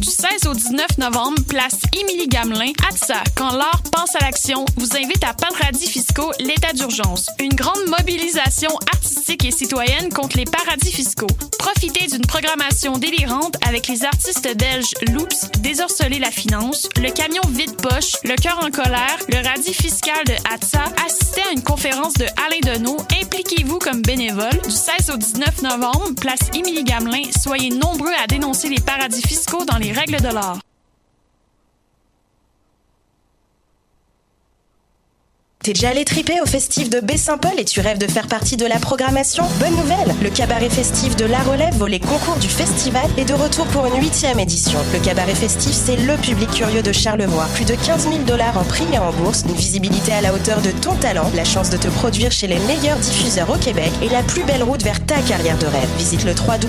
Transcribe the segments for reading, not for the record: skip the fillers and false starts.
Du 16 au 19 novembre, place Émilie Gamelin, ATSA, quand l'art pense à l'action, vous invite à Paradis fiscaux, l'état d'urgence. Une grande mobilisation artistique et citoyenne contre les paradis fiscaux. Profitez d'une programmation délirante avec les artistes belges Loops, Désorceler la finance, Le camion vide-poche, Le cœur en colère, le radis fiscal de ATSA. Assistez à une conférence de Alain Deneau. Impliquez-vous comme bénévole. Du 16 au 19 novembre, place Émilie Gamelin. Soyez nombreux à dénoncer les paradis fiscaux dans les règles de l'art. T'es déjà allé triper au festif de Baie-Saint-Paul et tu rêves de faire partie de la programmation? Bonne nouvelle! Le cabaret festif de La Relève, volet concours du festival, est de retour pour une 8e édition. Le cabaret festif, c'est le public curieux de Charlevoix. Plus de 15 000 $ en prix et en bourse, une visibilité à la hauteur de ton talent, la chance de te produire chez les meilleurs diffuseurs au Québec et la plus belle route vers ta carrière de rêve. Visite le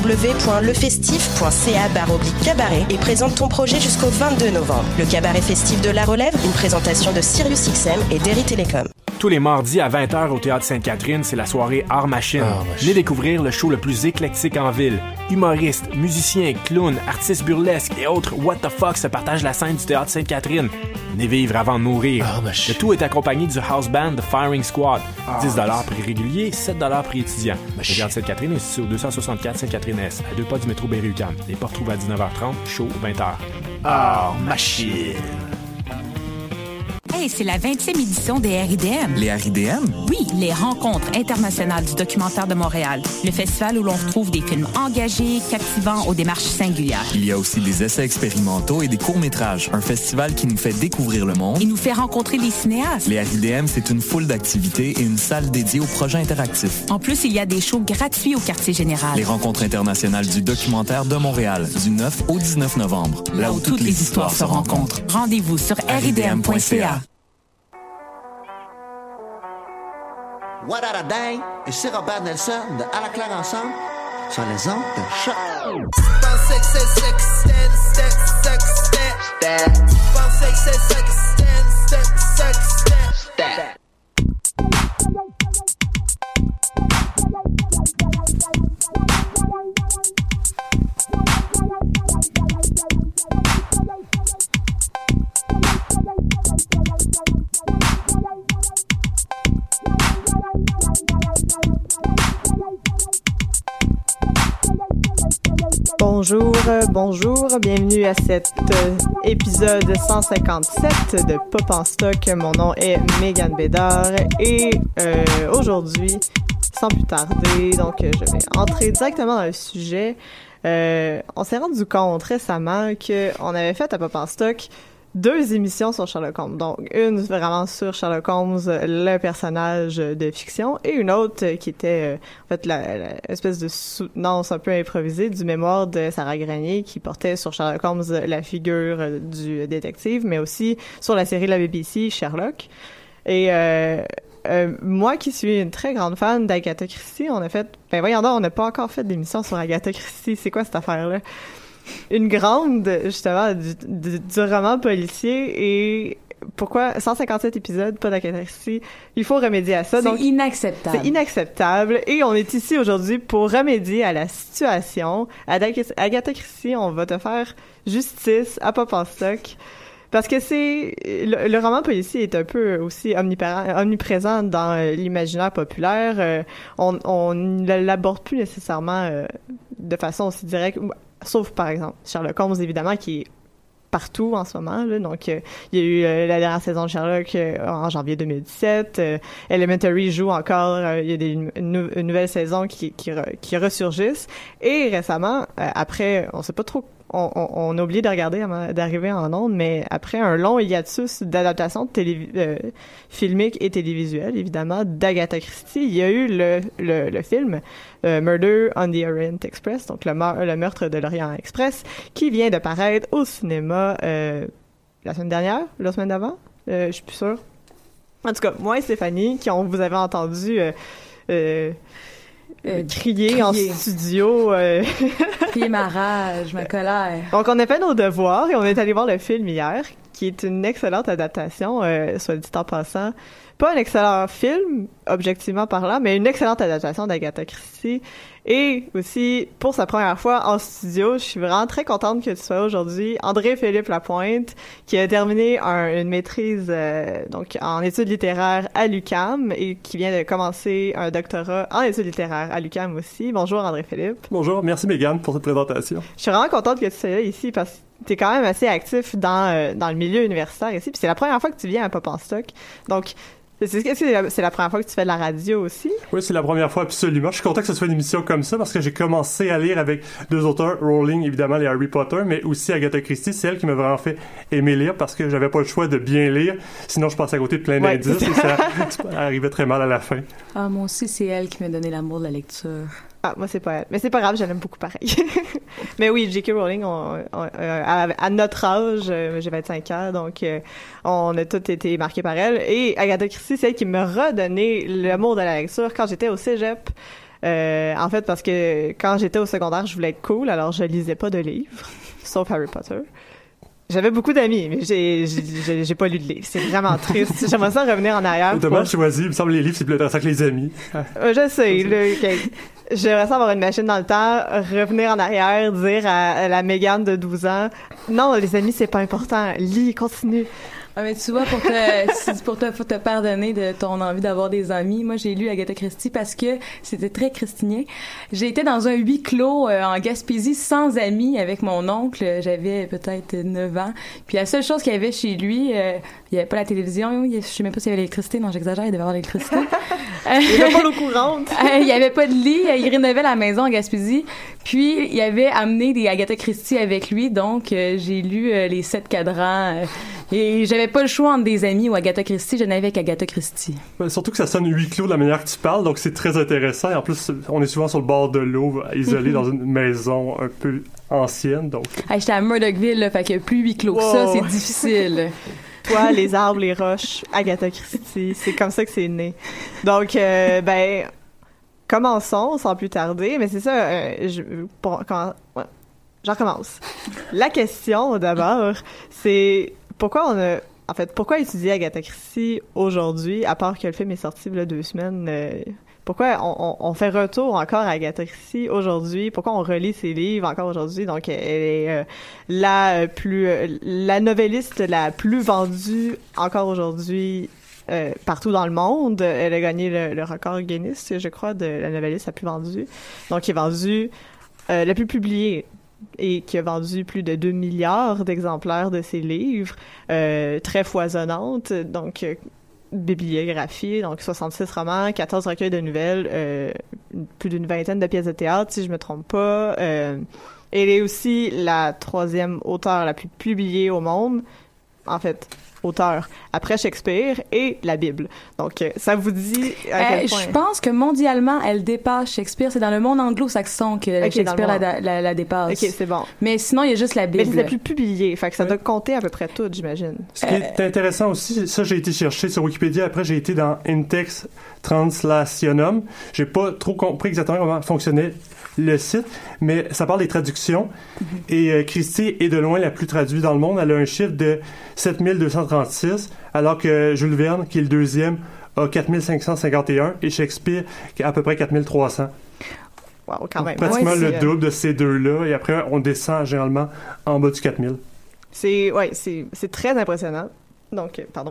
www.lefestif.ca/cabaret et présente ton projet jusqu'au 22 novembre. Le cabaret festif de La Relève, une présentation de SiriusXM et Derry Télécom. Tous les mardis à 20h au Théâtre Sainte-Catherine, c'est la soirée Art Machine. Venez découvrir le show le plus éclectique en ville. Humoristes, musiciens, clowns, artistes burlesques et autres what the fuck se partagent la scène du Théâtre Sainte-Catherine. Venez vivre avant de mourir. Le tout est accompagné du house band The Firing Squad. 10$ prix régulier, 7$ prix étudiant. Le Théâtre Sainte-Catherine est situé au 264 Sainte-Catherine-Est, à 2 pas du métro Berry-UQAM. Les portes ouvrent à 19h30, show 20h. Art Machine. Hey, c'est la 20e édition des RIDM. Les RIDM? Oui, les Rencontres internationales du documentaire de Montréal. Le festival où l'on retrouve des films engagés, captivants, aux démarches singulières. Il y a aussi des essais expérimentaux et des courts-métrages. Un festival qui nous fait découvrir le monde. Et nous fait rencontrer des cinéastes. Les RIDM, c'est une foule d'activités et une salle dédiée aux projets interactifs. En plus, il y a des shows gratuits au quartier général. Les Rencontres internationales du documentaire de Montréal, du 9 au 19 novembre. Là où toutes les histoires se rencontrent. Rendez-vous sur ridm.ca. What a dang! Ici Robert Nelson de À la claire ensemble sur les ondes de choc. Bonjour, bienvenue à cet épisode 157 de Pop en stock. Mon nom est Mégane Bédard et aujourd'hui, sans plus tarder, donc je vais entrer directement dans le sujet. On s'est rendu compte récemment qu'on avait fait à Pop en stock 2 émissions sur Sherlock Holmes. Donc, une vraiment sur Sherlock Holmes, le personnage de fiction, et une autre qui était, en fait, l'espèce de soutenance un peu improvisée du mémoire de Sarah Grenier qui portait sur Sherlock Holmes la figure du détective, mais aussi sur la série de la BBC, Sherlock. Et moi qui suis une très grande fan d'Agatha Christie, on a fait... Ben voyons donc, on n'a pas encore fait d'émission sur Agatha Christie. C'est quoi cette affaire-là? Une grande, justement, du roman policier. Et pourquoi 157 épisodes, pas d'Agatha Christie? Il faut remédier à ça. C'est inacceptable. C'est inacceptable. Et on est ici aujourd'hui pour remédier à la situation. Agatha Christie, on va te faire justice à Pop en stock. Parce que le roman policier est un peu aussi omniprésent dans l'imaginaire populaire. On ne l'aborde plus nécessairement de façon aussi directe. Sauf, par exemple, Sherlock Holmes, évidemment, qui est partout en ce moment. Là. Donc, il y a eu la dernière saison de Sherlock en janvier 2017. Elementary joue encore. Il y a une nouvelle saison qui ressurgissent. Et récemment, après, on sait pas trop... On a oublié de regarder avant d'arriver en ondes, mais après un long hiatus d'adaptation filmique et télévisuelle, évidemment, d'Agatha Christie, il y a eu le film Murder on the Orient Express, donc le meurtre de l'Orient Express, qui vient de paraître au cinéma la semaine dernière, la semaine d'avant, je suis plus sûre. En tout cas, moi et Stéphanie, vous avez entendu crier en studio. Crier ma rage, ma colère. Donc, on a fait nos devoirs et on est allé voir le film hier, qui est une excellente adaptation, soit dit en passant. Pas un excellent film, objectivement parlant, mais une excellente adaptation d'Agatha Christie. Et aussi, pour sa première fois en studio, je suis vraiment très contente que tu sois aujourd'hui. André-Philippe Lapointe, qui a terminé une maîtrise donc en études littéraires à l'UQAM et qui vient de commencer un doctorat en études littéraires à l'UQAM aussi. Bonjour André-Philippe. Bonjour, merci Mégane pour cette présentation. Je suis vraiment contente que tu sois là ici parce que t'es quand même assez actif dans le milieu universitaire ici. Puis c'est la première fois que tu viens à Pop en Stock. Donc, est-ce que c'est la première fois que tu fais de la radio aussi? Oui, c'est la première fois, absolument. Je suis content que ce soit une émission comme ça parce que j'ai commencé à lire avec deux auteurs, Rowling, évidemment, les Harry Potter, mais aussi Agatha Christie. C'est elle qui m'a vraiment fait aimer lire parce que j'avais pas le choix de bien lire. Sinon, je passais à côté de plein d'indices et ça arrivait très mal à la fin. Ah, moi aussi, c'est elle qui m'a donné l'amour de la lecture. Ah, moi, c'est pas elle. Mais c'est pas grave, je l'aime beaucoup pareil. Mais oui, J.K. Rowling, à notre âge, j'ai 25 ans, donc on a tous été marqués par elle. Et Agatha Christie, c'est elle qui m'a redonné l'amour de la lecture quand j'étais au cégep. En fait, parce que quand j'étais au secondaire, je voulais être cool, alors je lisais pas de livres, sauf Harry Potter. J'avais beaucoup d'amis, mais j'ai pas lu de livres. C'est vraiment triste. J'aimerais ça revenir en arrière. T'as mal choisi. Il me semble que les livres, c'est plus intéressant que les amis. Je sais. J'aimerais ça avoir une machine dans le temps, revenir en arrière, dire à la Mégane de 12 ans, non, les amis, c'est pas important. Lis, continue. Ah, mais tu vois, pour te pardonner de ton envie d'avoir des amis, moi, j'ai lu Agatha Christie parce que c'était très christinien. J'ai été dans un huis clos en Gaspésie sans amis avec mon oncle. J'avais peut-être 9 ans. Puis la seule chose qu'il y avait chez lui, il y avait pas la télévision. Je sais même pas s'il y avait l'électricité. Non, j'exagère, il devait y avoir l'électricité. Il y avait pas l'eau courante. Il y avait pas de lit. Il rénovait la maison en Gaspésie. Puis, il avait amené des Agatha Christie avec lui. Donc, j'ai lu les 7 cadrans. Et j'avais pas le choix entre des amis ou Agatha Christie, je n'avais qu'Agatha Christie. Ouais, surtout que ça sonne huis clos de la manière que tu parles, donc c'est très intéressant. Et en plus, on est souvent sur le bord de l'eau, isolé dans une maison un peu ancienne. Donc. Hey, j'étais à Murdochville, là, fait que plus huis clos que ça, c'est difficile. Toi, les arbres, les roches, Agatha Christie, c'est comme ça que c'est né. Donc, commençons sans plus tarder, mais c'est ça, j'en recommence. La question, d'abord, c'est pourquoi étudier Agatha Christie aujourd'hui, à part que le film est sorti il y a 2 semaines, pourquoi on fait retour encore à Agatha Christie aujourd'hui? Pourquoi on relit ses livres encore aujourd'hui? Donc, elle est la novelliste la plus vendue encore aujourd'hui partout dans le monde. Elle a gagné le record Guinness, je crois, de la novelliste la plus vendue. Donc, qui est vendue la plus publiée et qui a vendu plus de 2 milliards d'exemplaires de ses livres, très foisonnante, donc bibliographie, donc 66 romans, 14 recueils de nouvelles, plus d'une 20aine de pièces de théâtre, si je me trompe pas. Elle est aussi la 3e auteure la plus publiée au monde, en fait, auteur après Shakespeare et la Bible. Donc, ça vous dit à quel point... Je pense que mondialement, elle dépasse Shakespeare. C'est dans le monde anglo-saxon que Shakespeare la dépasse. OK, c'est bon. Mais sinon, il y a juste la Bible. Mais c'est la plus publiée. Fait que ça doit compter à peu près tout, j'imagine. Ce qui est intéressant aussi, ça, j'ai été chercher sur Wikipédia. Après, j'ai été dans Intex Translationum. J'ai pas trop compris exactement comment fonctionnait le site, mais ça parle des traductions. Et Christie est de loin la plus traduite dans le monde. Elle a un chiffre de 7236, alors que Jules Verne, qui est le 2e, a 4551, et Shakespeare, qui a à peu près 4300. Wow, quand même. Pratiquement le double de ces deux-là, et après, on descend généralement en bas du 4000. C'est très impressionnant. Donc, pardon.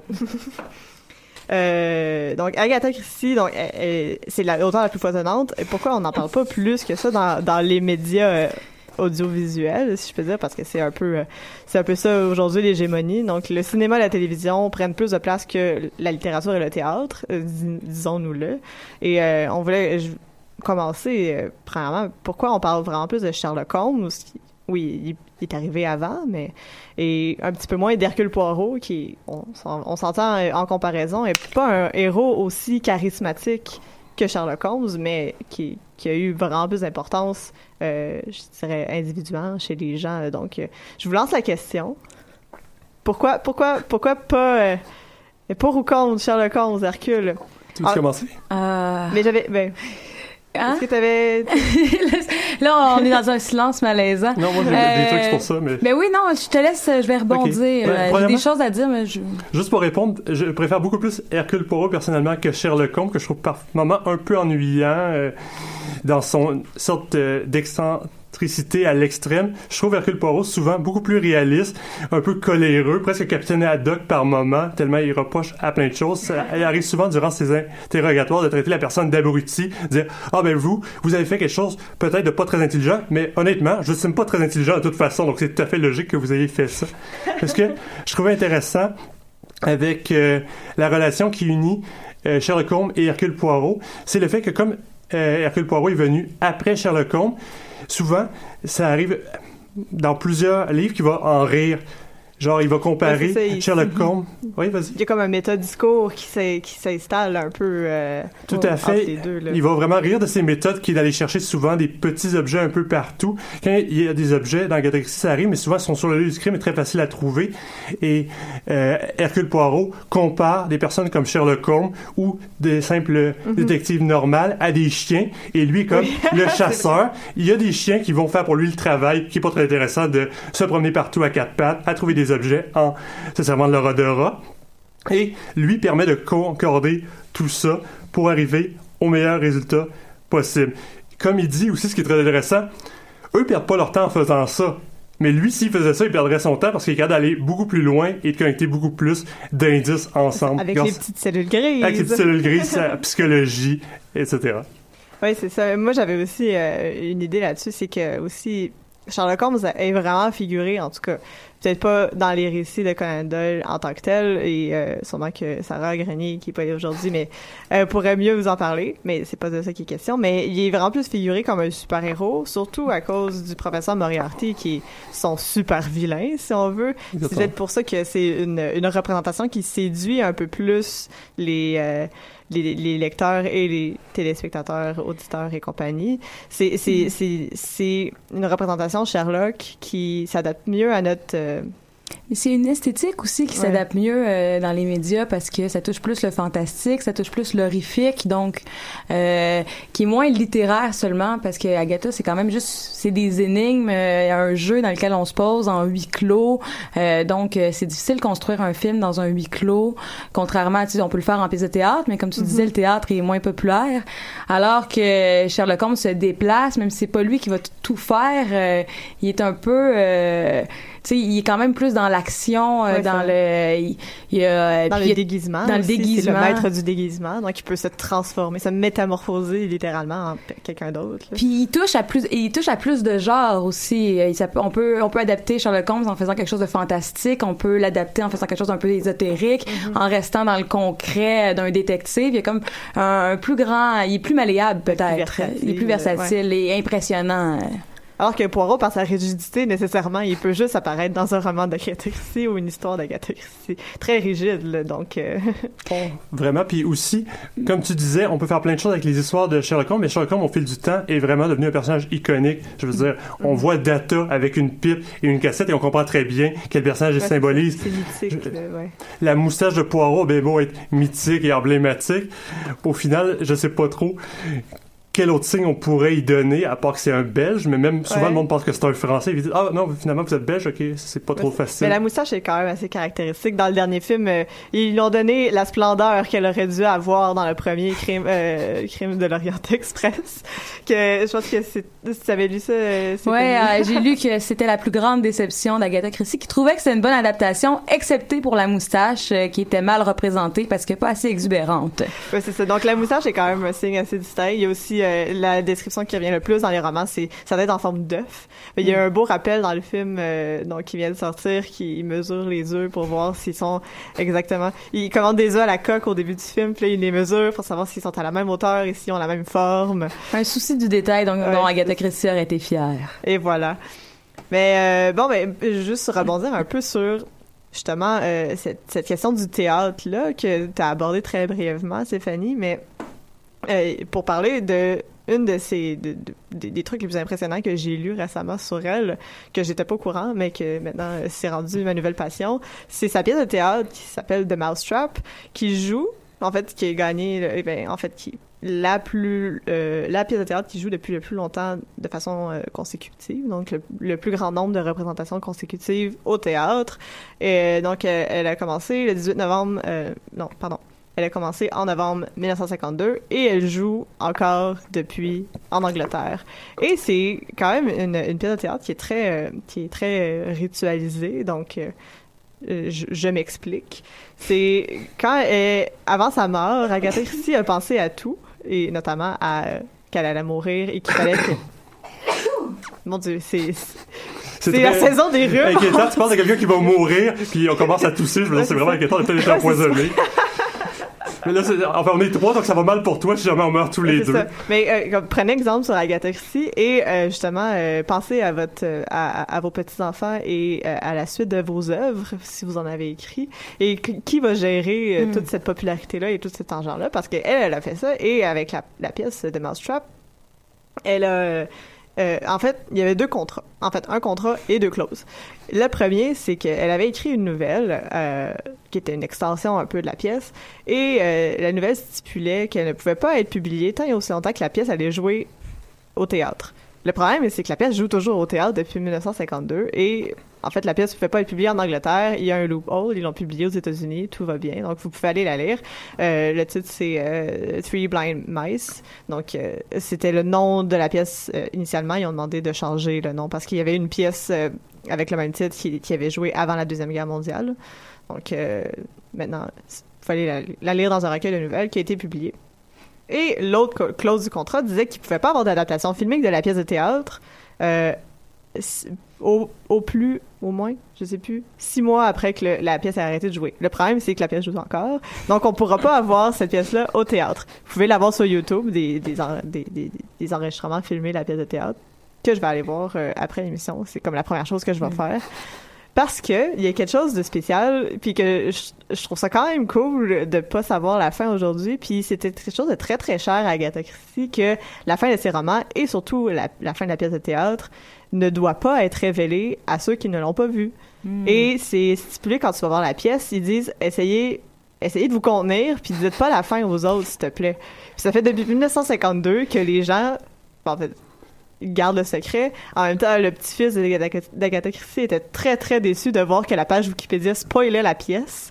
Donc Agatha Christie, donc c'est l'auteure la plus foisonnante. Et pourquoi on n'en parle pas plus que ça dans les médias audiovisuels, si je peux dire, parce que c'est un peu ça aujourd'hui, l'hégémonie. Donc le cinéma et la télévision prennent plus de place que la littérature et le théâtre, disons-nous-le. Et on voulait commencer premièrement, pourquoi on parle vraiment plus de Sherlock Holmes? Oui, il est arrivé avant, et un petit peu moins d'Hercule Poirot, qui, on s'entend en comparaison, est pas un héros aussi charismatique que Sherlock Holmes, mais qui a eu vraiment plus d'importance, je dirais, individuellement chez les gens. Donc, je vous lance la question. Pourquoi pas pour ou contre Sherlock Holmes, Hercule? Tu veux commencer? Mais Est-ce que t'avais... Là, on est dans un silence malaisant. Non, moi, j'ai des trucs pour ça, mais... Mais oui, non, je te laisse, je vais rebondir. Okay. J'ai des choses à dire, mais Juste pour répondre, je préfère beaucoup plus Hercule Poirot, personnellement, que Sherlock Holmes, que je trouve par moments un peu ennuyant dans son sorte d'excentricité à l'extrême. Je trouve Hercule Poirot souvent beaucoup plus réaliste, un peu coléreux, presque Capitaine Haddock par moment, tellement il reproche à plein de choses. Il arrive souvent durant ses interrogatoires de traiter la personne d'abruti, de dire « Ah ben vous avez fait quelque chose peut-être de pas très intelligent, mais honnêtement, je ne suis pas très intelligent de toute façon, donc c'est tout à fait logique que vous ayez fait ça. » Parce que je trouvais intéressant avec la relation qui unit Sherlock Holmes et Hercule Poirot, c'est le fait que comme Hercule Poirot est venu après Sherlock Holmes, souvent, ça arrive dans plusieurs livres qu'il va en rire. Genre, il va comparer Sherlock Holmes. Oui, vas-y. Il y a comme un métadiscours qui s'installe un peu tout à fait. entre les deux. Là. Il va vraiment rire de ces méthodes qu'il est d'aller chercher souvent des petits objets un peu partout. Quand il y a des objets dans Agatha Christie, ça arrive, mais souvent ils sont sur le lieu du crime et très facile à trouver. Et Hercule Poirot compare des personnes comme Sherlock Holmes ou des simples détectives normales à des chiens. Et lui, comme le chasseur, il y a des chiens qui vont faire pour lui le travail, qui est pas très intéressant de se promener partout à quatre pattes, à trouver des objets en se servant de leur odorat, et lui permet de concorder tout ça pour arriver au meilleur résultat possible. Comme il dit aussi, ce qui est très intéressant, eux perdent pas leur temps en faisant ça, mais lui, s'il faisait ça, il perdrait son temps parce qu'il est capable d'aller beaucoup plus loin et de connecter beaucoup plus d'indices ensemble. Avec les petites cellules grises. Avec les petites cellules grises, sa psychologie, etc. Oui, c'est ça. Moi, j'avais aussi une idée là-dessus, c'est que aussi Sherlock Holmes est vraiment figuré, en tout cas, peut-être pas dans les récits de Conan Doyle en tant que tel, et sûrement que Sarah Grenier, qui est pas là aujourd'hui, mais pourrait mieux vous en parler, mais c'est pas de ça qui est question, mais il est vraiment plus figuré comme un super-héros, surtout à cause du professeur Moriarty, qui est son super vilain, si on veut. Exactement. C'est peut-être pour ça que c'est une représentation qui séduit un peu plus les lecteurs et les téléspectateurs, auditeurs et compagnie. C'est une représentation Sherlock qui s'adapte mieux à notre... Mais c'est une esthétique aussi qui s'adapte mieux dans les médias parce que ça touche plus le fantastique, ça touche plus l'horrifique, donc qui est moins littéraire seulement parce que Agatha, c'est quand même juste, c'est des énigmes, un jeu dans lequel on se pose en huis clos, donc c'est difficile de construire un film dans un huis clos, contrairement à, tu sais, on peut le faire en pièce de théâtre, mais comme tu disais, le théâtre est moins populaire, alors que Sherlock Holmes se déplace, même si c'est pas lui qui va tout faire, il est un peu... tu sais, il est quand même plus dans l'action, dans le déguisement. Dans le déguisement. C'est le maître du déguisement, donc il peut se transformer, se métamorphoser littéralement en quelqu'un d'autre. Là. Puis il touche à plus de genres aussi. On peut adapter Sherlock Holmes en faisant quelque chose de fantastique, on peut l'adapter en faisant quelque chose d'un peu ésotérique, en restant dans le concret d'un détective. Il y a comme un plus grand, il est plus malléable peut-être, il est plus versatile et impressionnant. Alors que Poirot, par sa rigidité, nécessairement, il peut juste apparaître dans un roman d'Agatha Christie ou une histoire d'Agatha Christie. Très rigide, là, donc... Vraiment, puis aussi, comme tu disais, on peut faire plein de choses avec les histoires de Sherlock Holmes, mais Sherlock Holmes, au fil du temps, est vraiment devenu un personnage iconique. Je veux dire, on voit Data avec une pipe et une cassette et on comprend très bien quel personnage il symbolise. C'est mythique, La moustache de Poirot, ben beau être mythique et emblématique. Au final, je sais pas trop... quel autre signe on pourrait y donner, à part que c'est un Belge, mais même souvent le monde pense que c'est un Français, ils disent « Ah non, finalement vous êtes Belge, ok, c'est pas trop facile. » Mais la moustache est quand même assez caractéristique. Dans le dernier film, ils lui ont donné la splendeur qu'elle aurait dû avoir dans le premier crime de l'Orient Express. Que je pense que si tu avais lu ça... j'ai lu que c'était la plus grande déception d'Agatha Christie, qui trouvait que c'était une bonne adaptation, excepté pour la moustache, qui était mal représentée parce que pas assez exubérante. Ouais, c'est ça. Donc la moustache est quand même un signe assez distinct. Il y a aussi la description qui revient le plus dans les romans, c'est ça doit être en forme d'œuf. Mais il y a un beau rappel dans le film donc qui vient de sortir, qui mesure les œufs pour voir s'ils sont exactement... Il commande des œufs à la coque au début du film, puis là, il les mesure pour savoir s'ils sont à la même hauteur et s'ils ont la même forme. Un souci du détail dont Agatha Christie aurait été fière. Et voilà. Mais juste rebondir un peu sur justement cette question du théâtre-là que tu as abordé très brièvement, Stéphanie, mais pour parler de une de ces des trucs les plus impressionnants que j'ai lus récemment sur elle, que j'étais pas au courant, mais que maintenant c'est rendu ma nouvelle passion, c'est sa pièce de théâtre qui s'appelle The Mousetrap, qui joue, en fait, qui est gagné, la pièce de théâtre qui joue depuis le plus longtemps de façon consécutive, donc le plus grand nombre de représentations consécutives au théâtre. Et donc, elle a commencé le 18 novembre... Elle a commencé en novembre 1952 et elle joue encore depuis en Angleterre. Et c'est quand même une pièce de théâtre qui est très ritualisée, donc je m'explique. C'est quand avant sa mort, Agatha Christie a pensé à tout, et notamment à qu'elle allait mourir et qu'il fallait que... Mon Dieu, c'est la saison des rhumes. Inquiétant, tu penses à quelqu'un qui va mourir, puis on commence à tousser, je me dis c'est vraiment inquiétant, on a peut-être été empoisonné. Mais là, on est 3, donc ça va mal pour toi si jamais on meurt tous les deux. Ça. Mais prenez exemple sur Agatha Christie et justement pensez à à vos petits-enfants et à la suite de vos œuvres, si vous en avez écrit, et qui va gérer toute cette popularité-là et tout cet argent-là, parce qu'elle a fait ça, et avec la pièce de Mousetrap, elle a... en fait, il y avait 2 contrats. En fait, un contrat et 2 clauses. Le premier, c'est qu'elle avait écrit une nouvelle qui était une extension un peu de la pièce, et la nouvelle stipulait qu'elle ne pouvait pas être publiée tant et aussi longtemps que la pièce allait jouer au théâtre. Le problème, c'est que la pièce joue toujours au théâtre depuis 1952, et en fait, la pièce ne pouvait pas être publiée en Angleterre. Il y a un loophole, ils l'ont publiée aux États-Unis, tout va bien, donc vous pouvez aller la lire. Le titre, c'est Three Blind Mice. Donc, c'était le nom de la pièce initialement. Ils ont demandé de changer le nom parce qu'il y avait une pièce avec le même titre qui avait joué avant la Deuxième Guerre mondiale. Donc, maintenant, il fallait la lire dans un recueil de nouvelles qui a été publié. Et l'autre clause du contrat disait qu'il ne pouvait pas avoir d'adaptation filmique de la pièce de théâtre au moins, je sais plus, 6 mois après que la pièce a arrêté de jouer. Le problème, c'est que la pièce joue encore. Donc, on pourra pas avoir cette pièce-là au théâtre. Vous pouvez l'avoir sur YouTube, des enregistrements filmés de la pièce de théâtre, que je vais aller voir après l'émission. C'est comme la première chose que je vais faire. Parce que il y a quelque chose de spécial, puis que je trouve ça quand même cool de pas savoir la fin aujourd'hui, puis c'était quelque chose de très très cher à Agatha Christie, que la fin de ses romans et surtout la fin de la pièce de théâtre ne doit pas être révélée à ceux qui ne l'ont pas vue. Et c'est stipulé quand tu vas voir la pièce, ils disent essayez de vous contenir, puis dites pas la fin aux autres, s'il te plaît. Puis ça fait depuis 1952 que les gens, en fait, garde le secret. En même temps, le petit-fils d'Agatha Christie était très, très déçu de voir que la page Wikipédia spoilait la pièce.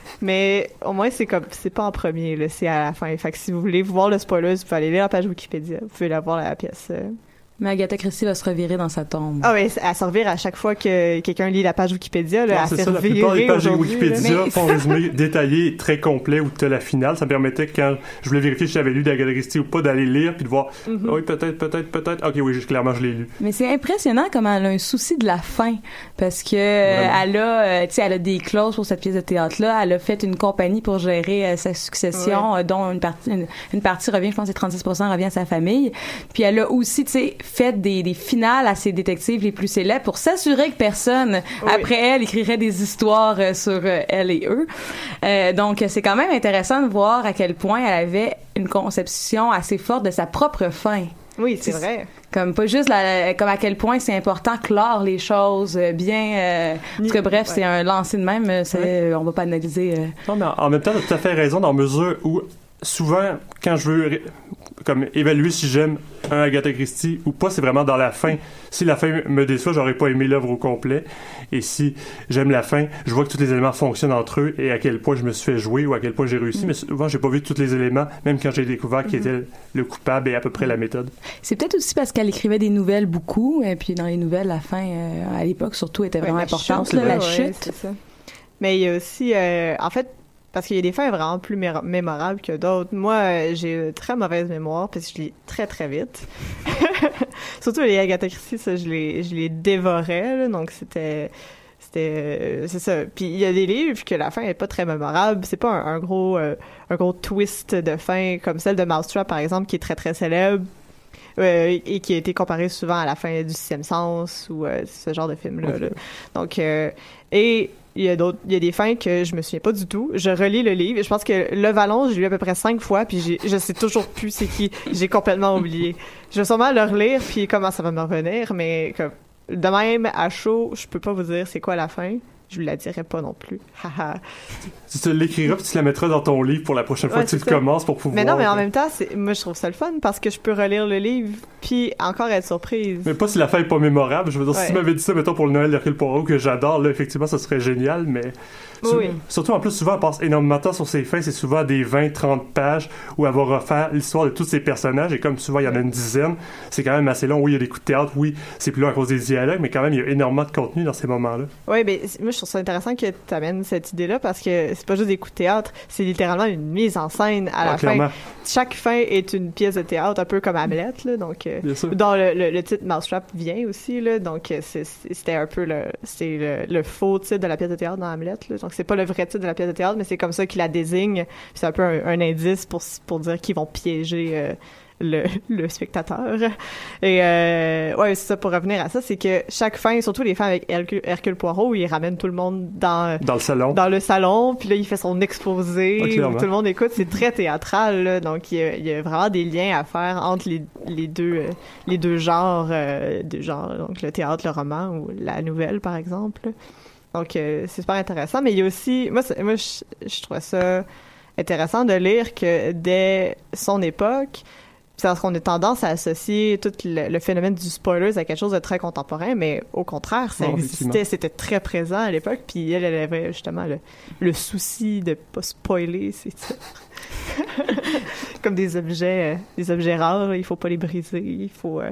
Mais au moins, c'est pas en premier, là, c'est à la fin. Fait que si vous voulez voir le spoiler, vous pouvez aller lire la page Wikipédia. Vous pouvez la voir, la pièce. Mais Agatha Christie va se revirer dans sa tombe. Ah oui, elle se revire à chaque fois que quelqu'un lit la page Wikipédia. Là, c'est ça, la plupart des pages Wikipédia font un résumé détaillé, très complet, où tu as la finale. Ça me permettait, quand je voulais vérifier si j'avais lu d'Agatha Christie ou pas, d'aller lire puis de voir, oui, peut-être. Ok, oui, clairement, je l'ai lu. Mais c'est impressionnant comment elle a un souci de la fin. Parce que elle a des clauses pour cette pièce de théâtre-là. Elle a fait une compagnie pour gérer sa succession, dont une partie revient, je pense, c'est 36% revient à sa famille. Puis elle a aussi, fait des finales à ses détectives les plus célèbres pour s'assurer que personne après elle écrirait des histoires sur elle et eux. Donc c'est quand même intéressant de voir à quel point elle avait une conception assez forte de sa propre fin. Oui, c'est vrai. Comme pas juste comme à quel point c'est important clore les choses bien. En tout cas, bref, c'est un lancer de même. On va pas analyser. Non, mais en même temps, t'as tout à fait raison dans la mesure où souvent, quand je veux comme évaluer si j'aime un Agatha Christie ou pas, c'est vraiment dans la fin. Si la fin me déçoit, j'aurais pas aimé l'œuvre au complet. Et si j'aime la fin, je vois que tous les éléments fonctionnent entre eux et à quel point je me suis fait jouer ou à quel point j'ai réussi. Mais souvent, j'ai pas vu tous les éléments, même quand j'ai découvert qui était le coupable et à peu près la méthode. C'est peut-être aussi parce qu'elle écrivait des nouvelles beaucoup, et puis dans les nouvelles, la fin, à l'époque, surtout, était vraiment importante. La chute. C'est ça. Mais il y a aussi, en fait, parce qu'il y a des fins vraiment plus mémorables que d'autres. Moi, j'ai une très mauvaise mémoire parce que je lis très, très vite. Surtout les Agatha Christie, ça, je les dévorais, là, donc c'est ça. Puis il y a des livres que la fin est pas très mémorable. C'est pas un gros twist de fin comme celle de Mousetrap, par exemple, qui est très, très célèbre. Et qui a été comparée souvent à la fin du Sixième Sens ou ce genre de film-là. Là. Donc, et il y a des fins que je me souviens pas du tout. Je relis le livre et je pense que Le Vallon, j'ai lu à peu près 5 fois puis je sais toujours plus c'est qui. J'ai complètement oublié. Je vais sûrement le relire puis comment ça va me revenir, mais comme, de même, à chaud, je peux pas vous dire c'est quoi la fin. Je vous la dirai pas non plus. Tu te l'écriras puis tu la mettras dans ton livre pour la prochaine fois que tu le commences pour pouvoir... Mais non, mais en même temps, moi, je trouve ça le fun parce que je peux relire le livre puis encore être surprise. Mais pas si la fin est pas mémorable. Je veux dire, si tu m'avais dit ça, mettons, pour le Noël d'Hercule Poirot, que j'adore, là, effectivement, ça serait génial, mais... Oui. Surtout, en plus, souvent, on passe énormément de temps sur ses fins. C'est souvent des 20-30 pages où elle va refaire l'histoire de tous ces personnages. Et comme souvent, il y en a une dizaine, c'est quand même assez long. Oui, il y a des coups de théâtre. Oui, c'est plus long à cause des dialogues, mais quand même, il y a énormément de contenu dans ces moments-là. Oui, mais moi, je trouve ça intéressant que tu amènes cette idée-là parce que c'est pas juste des coups de théâtre, c'est littéralement une mise en scène à la clairement. fin. Chaque fin est une pièce de théâtre, un peu comme Hamlet, là, donc dont le titre Mousetrap vient aussi, là, donc c'était un peu le faux titre de la pièce de théâtre dans Hamlet, là, donc c'est pas le vrai titre de la pièce de théâtre, mais c'est comme ça qu'il la désigne. C'est un peu un indice pour dire qu'ils vont piéger le spectateur. Et ouais, c'est ça, pour revenir à ça, c'est que chaque fin, surtout les fins avec Hercule Poirot, où il ramène tout le monde dans le salon, puis là il fait son exposé, où tout le monde écoute, c'est très théâtral, là, donc il y a vraiment des liens à faire entre les deux genres, donc le théâtre, le roman ou la nouvelle par exemple. Donc c'est super intéressant, mais il y a aussi moi je trouvais ça intéressant de lire que dès son époque, c'est parce qu'on a tendance à associer tout le phénomène du spoiler à quelque chose de très contemporain, mais au contraire, ça existait, c'était très présent à l'époque, puis elle avait justement le souci de pas spoiler, c'est ça. Comme des objets rares, il faut pas les briser, il faut...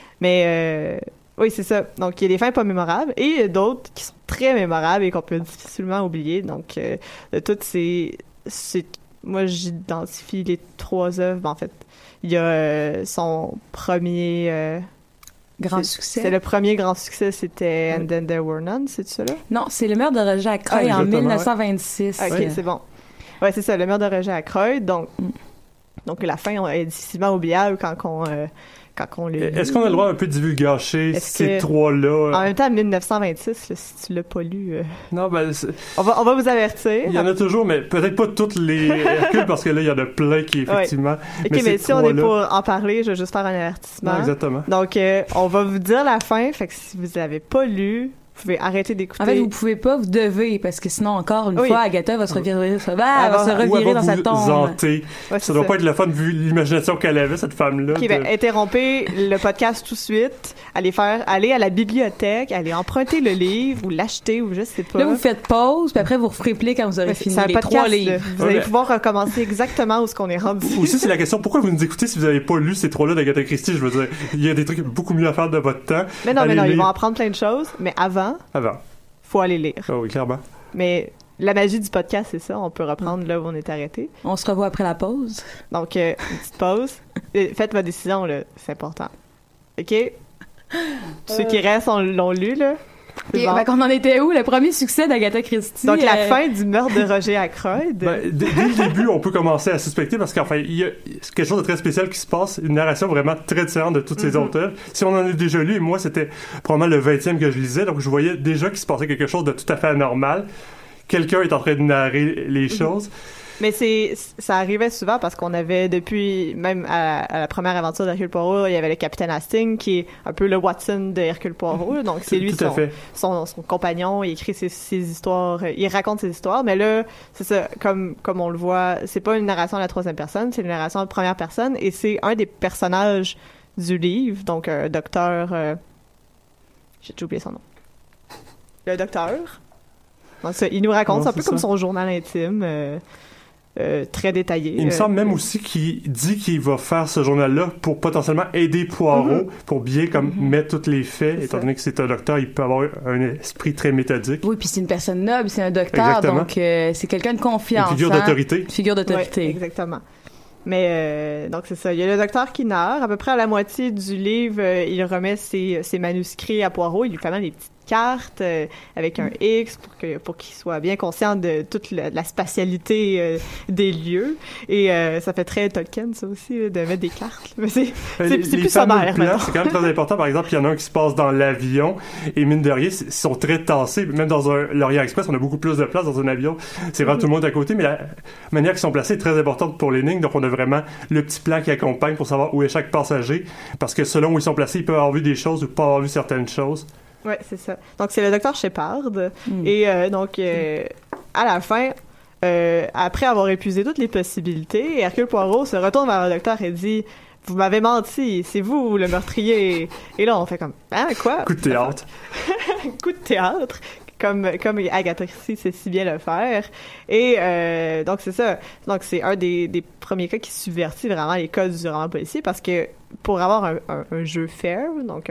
oui, c'est ça. Donc, il y a des fins pas mémorables et il y a d'autres qui sont très mémorables et qu'on peut difficilement oublier. Donc, de toutes moi, j'identifie les 3 œuvres. En fait, il y a son premier... grand succès. C'est le premier grand succès, c'était And Then There Were None, c'est ça là? Non, c'est Le meurtre de Roger Ackroyd en 1926. OK, c'est bon. Ouais, c'est ça, Le meurtre de Roger Ackroyd. Donc la fin est difficilement oubliable quand on le lit. Est-ce qu'on a le droit un peu de divulgacher ces 3-là? En même temps, 1926, là, si tu l'as pas lu... Non, ben... On va vous avertir. Il y en a toujours, mais peut-être pas toutes les Hercule, parce que là, il y en a plein qui, effectivement... OK, mais si on est pour en parler, je vais juste faire un avertissement. Non, exactement. Donc, on va vous dire la fin, fait que si vous l'avez pas lu... Vous pouvez arrêter d'écouter. En fait, vous pouvez pas, vous devez, parce que sinon, encore une fois, Agatha va se revirer, dans sa tombe. Ça doit pas être le fun vu l'imagination qu'elle avait, cette femme-là. OK, ben, interrompez le podcast tout de suite. Aller à la bibliothèque, aller emprunter le livre ou l'acheter ou je sais pas. Là, vous faites pause, puis après, vous referez quand vous aurez fini les 3 livres. Vous allez pouvoir recommencer exactement où est-ce qu'on est rendu. Aussi, c'est la question, pourquoi vous nous écoutez si vous avez pas lu ces 3-là d'Agatha Christie? Je veux dire, il y a des trucs beaucoup mieux à faire de votre temps. Mais non, ils vont apprendre plein de choses, mais avant, faut aller lire. Ah oui, clairement. Mais la magie du podcast, c'est ça. On peut reprendre là où on est arrêté. On se revoit après la pause. Donc, une petite pause. Faites votre décision, là. C'est important. OK? Ceux qui restent l'ont lu, là. Bon. On en était où? Le premier succès d'Agatha Christie. Donc, la fin du meurtre de Roger Ackroyd. Dès le début, on peut commencer à suspecter parce qu'enfin, il y a quelque chose de très spécial qui se passe, une narration vraiment très différente de toutes ces autres œuvres. Si on en a déjà lu, et moi, c'était probablement le 20e que je lisais, donc je voyais déjà qu'il se passait quelque chose de tout à fait anormal. Quelqu'un est en train de narrer les choses. Mais ça arrivait souvent parce qu'on avait depuis, même à la première aventure d'Hercule Poirot, il y avait le capitaine Hastings qui est un peu le Watson de Hercule Poirot. Donc c'est lui son compagnon, il écrit ses histoires, il raconte ses histoires. Mais là, c'est ça, comme on le voit, c'est pas une narration à la 3e personne, c'est une narration à la première personne et c'est un des personnages du livre, donc un docteur, j'ai oublié son nom. Le docteur. Donc ça, il nous raconte, c'est un peu comme son journal intime. Très détaillé. Il me semble même aussi qu'il dit qu'il va faire ce journal-là pour potentiellement aider Poirot, pour bien mettre tous les faits, étant donné que c'est un docteur, il peut avoir un esprit très méthodique. Oui, puis c'est une personne noble, c'est un docteur, exactement. Donc c'est quelqu'un de confiance. Une figure d'autorité. Une figure d'autorité. Oui, exactement. Mais donc c'est ça, il y a le docteur qui narre, à peu près à la moitié du livre, il remet ses manuscrits à Poirot, il lui fait même des petites cartes avec un X pour qu'il soit bien conscient de toute la spatialité des lieux. Et ça fait très Tolkien, ça aussi, de mettre des cartes. Mais c'est plus sommaire, maintenant. C'est quand même très important. Par exemple, il y en a un qui se passe dans l'avion et mine de rien, ils sont très tassés. Même dans un L'Orient Express, on a beaucoup plus de place dans un avion. C'est vraiment tout le monde à côté, mais la manière qu'ils sont placés est très importante pour l'énigme. Donc, on a vraiment le petit plan qui accompagne pour savoir où est chaque passager. Parce que selon où ils sont placés, ils peuvent avoir vu des choses ou pas avoir vu certaines choses. Ouais, c'est ça. Donc, c'est le docteur Shepard. Et donc, à la fin, après avoir épuisé toutes les possibilités, Hercule Poirot se retourne vers le docteur et dit « Vous m'avez menti, c'est vous le meurtrier. » Et là, on fait comme « Hein, quoi? » Coup de théâtre. Coup de théâtre. Comme Agatha Christie sait si bien le faire. Et donc, c'est ça. Donc, c'est un des premiers cas qui subvertit vraiment les codes du roman policier parce que pour avoir un jeu fair, donc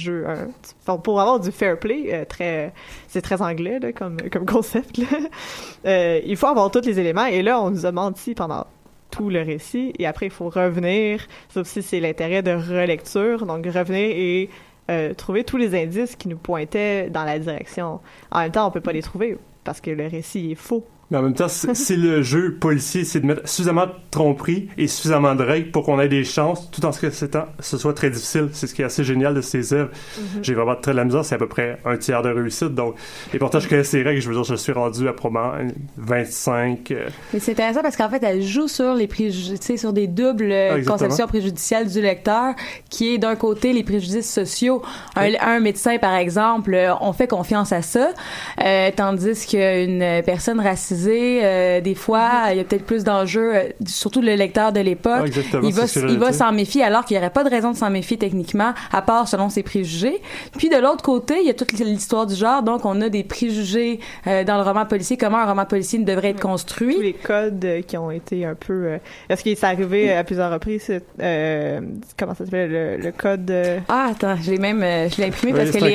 pour avoir du fair play, c'est très anglais là, comme concept, là. Il faut avoir tous les éléments. Et là, on nous a menti pendant tout le récit. Et après, il faut revenir, sauf si c'est l'intérêt de relecture, donc revenir et trouver tous les indices qui nous pointaient dans la direction. En même temps, on peut pas les trouver parce que le récit est faux. Mais en même temps, c'est le jeu policier, c'est de mettre suffisamment de tromperie et suffisamment de règles pour qu'on ait des chances, tout en ce que ce soit très difficile. C'est ce qui est assez génial de ces œuvres. J'ai vraiment très de la misère, c'est à peu près un tiers de réussite. Donc, et pourtant, je connais ces règles, je veux dire, je suis rendu à probablement 25. Mais c'est intéressant parce qu'en fait, elle joue sur les préjugés, sur des doubles conceptions préjudicielles du lecteur, qui est d'un côté les préjudices sociaux. Un médecin, par exemple, on fait confiance à ça, tandis qu'une personne racisée, des fois, il y a peut-être plus d'enjeux, surtout le lecteur de l'époque. Il va s'en méfier alors qu'il n'y aurait pas de raison de s'en méfier techniquement, à part selon ses préjugés. Puis de l'autre côté, il y a toute l'histoire du genre, donc on a des préjugés dans le roman policier, comment un roman policier devrait être construit. Tous les codes qui ont été un peu... Est-ce qu'il s'est arrivé à plusieurs reprises, comment ça s'appelle, le code... Ah, attends, je l'ai imprimé parce que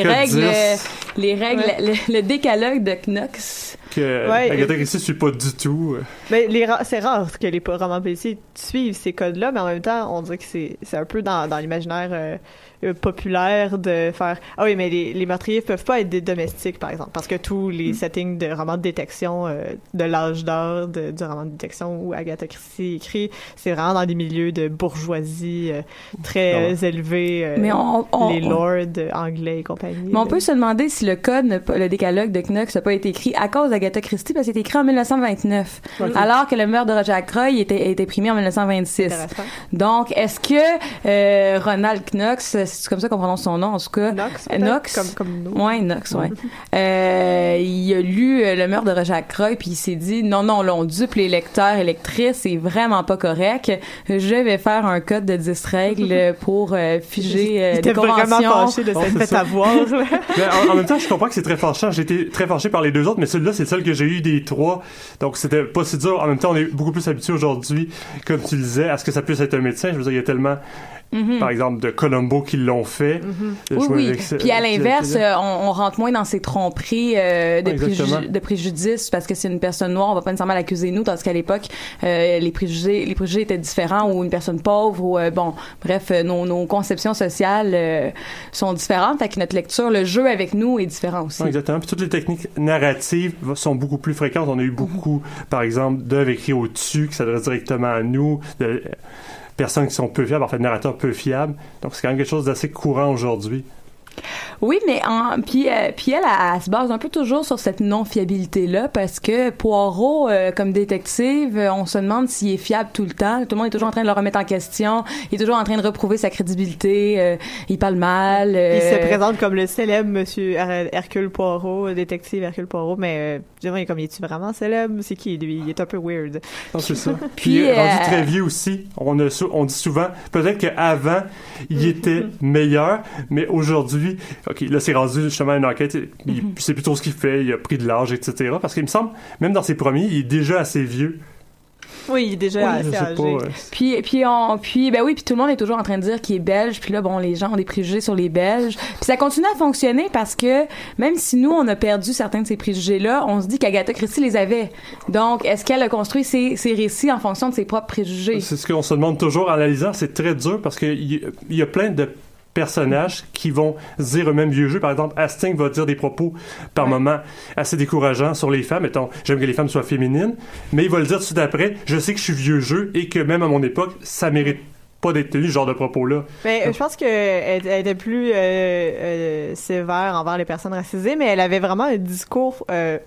les règles, le décalogue de Knox... Agatha Christie ne suit pas du tout. Ben, c'est rare que les romans policiers suivent ces codes-là, mais en même temps, on dirait que c'est un peu dans l'imaginaire populaire de faire « Ah oui, mais les meurtriers peuvent pas être des domestiques, par exemple, parce que tous les settings de romans de détection, de l'âge d'or, du roman de détection où Agatha Christie écrit, c'est vraiment dans des milieux de bourgeoisie très élevés, les lords anglais et compagnie. Mais on peut se demander si le décalogue de Knox n'a pas été écrit à cause d'Agatha Christie, parce qu'il a été écrit en 1929, alors que le meurtre de Jack Roy était imprimé en 1926. Donc, est-ce que Ronald Knox, c'est comme ça qu'on prononce son nom, en tout cas. Knox. Comme nous. Ouais, Knox, ouais. Il a lu le meurtre de Jack Roy, puis il s'est dit, non, on dupe les lecteurs et lectrices, c'est vraiment pas correct. Je vais faire un code de 10 règles pour figer des conventions. Il était vraiment fâché de s'être fait avoir. En même temps, je comprends que c'est très fâchant. J'ai été très fâché par les deux autres, mais celui-là, c'est le seul que j'ai eu des trois. Donc, c'était pas si dur. En même temps, on est beaucoup plus habitué aujourd'hui, comme tu le disais, à ce que ça puisse être un médecin. Je veux dire, il y a tellement... par exemple, de Columbo qui l'ont fait. Oui. Puis à l'inverse, on rentre moins dans ces tromperies de préjudice parce que c'est une personne noire, on va pas nécessairement l'accuser nous, tandis qu'à l'époque, les préjugés étaient différents, ou une personne pauvre, ou bref, nos conceptions sociales sont différentes, fait que notre lecture, le jeu avec nous est différent aussi. Exactement. Puis toutes les techniques narratives sont beaucoup plus fréquentes. On a eu beaucoup, par exemple, d'œuvres écrites au-dessus qui s'adressent directement à nous, personnes qui sont peu fiables, en fait, narrateurs peu fiables. Donc, c'est quand même quelque chose d'assez courant aujourd'hui. Oui, mais puis elle se base un peu toujours sur cette non-fiabilité-là, parce que Poirot, comme détective, on se demande s'il est fiable tout le temps. Tout le monde est toujours en train de le remettre en question. Il est toujours en train de reprouver sa crédibilité. Il parle mal. Il se présente comme le célèbre monsieur Hercule Poirot, détective Hercule Poirot, mais comme il est-tu vraiment célèbre? C'est qui, lui? Il est un peu weird. Non, c'est ça. Puis rendu très vieux aussi, on dit souvent, peut-être qu'avant, il était meilleur, mais aujourd'hui, OK, là, c'est rendu justement une enquête, il sait plus trop ce qu'il fait, il a pris de l'âge, etc. Parce qu'il me semble, même dans ses premiers, il est déjà assez vieux. Oui, il est déjà assez âgé. Puis tout le monde est toujours en train de dire qu'il est belge, puis là, bon, les gens ont des préjugés sur les Belges. Puis ça continue à fonctionner parce que même si nous, on a perdu certains de ces préjugés-là, on se dit qu'Agatha Christie les avait. Donc, est-ce qu'elle a construit ses récits en fonction de ses propres préjugés? C'est ce qu'on se demande toujours en analysant. C'est très dur parce qu'il y a plein de personnages qui vont dire eux-mêmes vieux jeu. Par exemple, Hastings va dire des propos par moments assez décourageants sur les femmes. Mettons, j'aime que les femmes soient féminines, mais il va le dire tout de suite après, je sais que je suis vieux jeu et que même à mon époque, ça mérite pas d'être tenu ce genre de propos-là. Mais je pense qu'elle était plus sévère envers les personnes racisées, mais elle avait vraiment un discours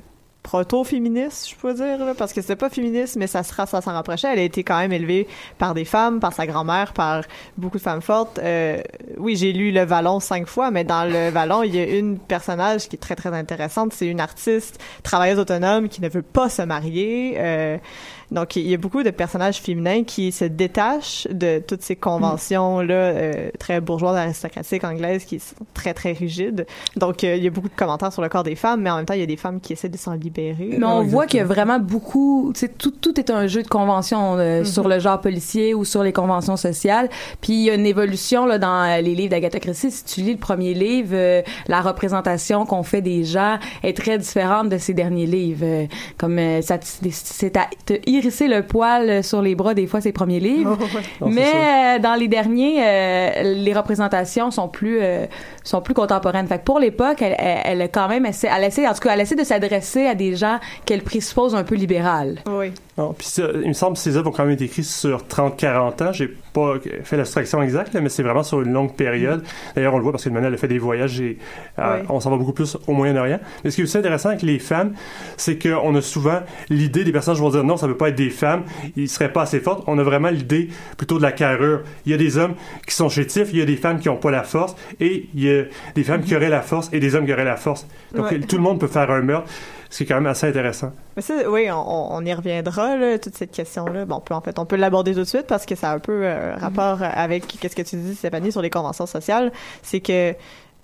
proto-féministe, je peux dire, là, parce que c'était pas féministe, mais ça s'en rapprochait. Elle a été quand même élevée par des femmes, par sa grand-mère, par beaucoup de femmes fortes. Oui, j'ai lu Le Vallon 5 fois, mais dans Le Vallon, il y a une personnage qui est très, très intéressante. C'est une artiste travailleuse autonome qui ne veut pas se marier. Donc, il y a beaucoup de personnages féminins qui se détachent de toutes ces conventions-là très bourgeoises, aristocratiques, anglaises, qui sont très, très rigides. Donc, il y a beaucoup de commentaires sur le corps des femmes, mais en même temps, il y a des femmes qui essaient de s'en libérer. Mais on voit qu'il y a vraiment beaucoup... Tout est un jeu de conventions sur le genre policier ou sur les conventions sociales. Puis, il y a une évolution là, dans les livres d'Agatha Christie. Si tu lis le premier livre, la représentation qu'on fait des gens est très différente de ces derniers livres. Comme ça, c'est à hérisser le poil sur les bras des fois ses premiers livres, mais dans les derniers les représentations sont plus contemporaines. Fait que pour l'époque, elle a quand même elle essaie de s'adresser à des gens qu'elle présuppose un peu libérales. Oui. Non, puis il me semble que ces œuvres ont quand même été écrites sur 30-40 ans. J'ai pas fait l'abstraction exacte, là, mais c'est vraiment sur une longue période. D'ailleurs, on le voit parce que maintenant, elle a fait des voyages et on s'en va beaucoup plus au Moyen-Orient. Mais ce qui est aussi intéressant avec les femmes, c'est qu'on a souvent l'idée des personnes qui vont dire non, ça peut pas être des femmes, ils seraient pas assez fortes. On a vraiment l'idée plutôt de la carrure. Il y a des hommes qui sont chétifs, il y a des femmes qui ont pas la force, et il y a des femmes qui auraient la force et des hommes qui auraient la force. Donc, tout le monde peut faire un meurtre. Ce qui est quand même assez intéressant. Mais ça, oui, on y reviendra, là, toute cette question-là. Bon, on peut l'aborder tout de suite parce que ça a un peu rapport avec qu'est-ce que tu dis, Stéphanie, sur les conventions sociales. C'est que,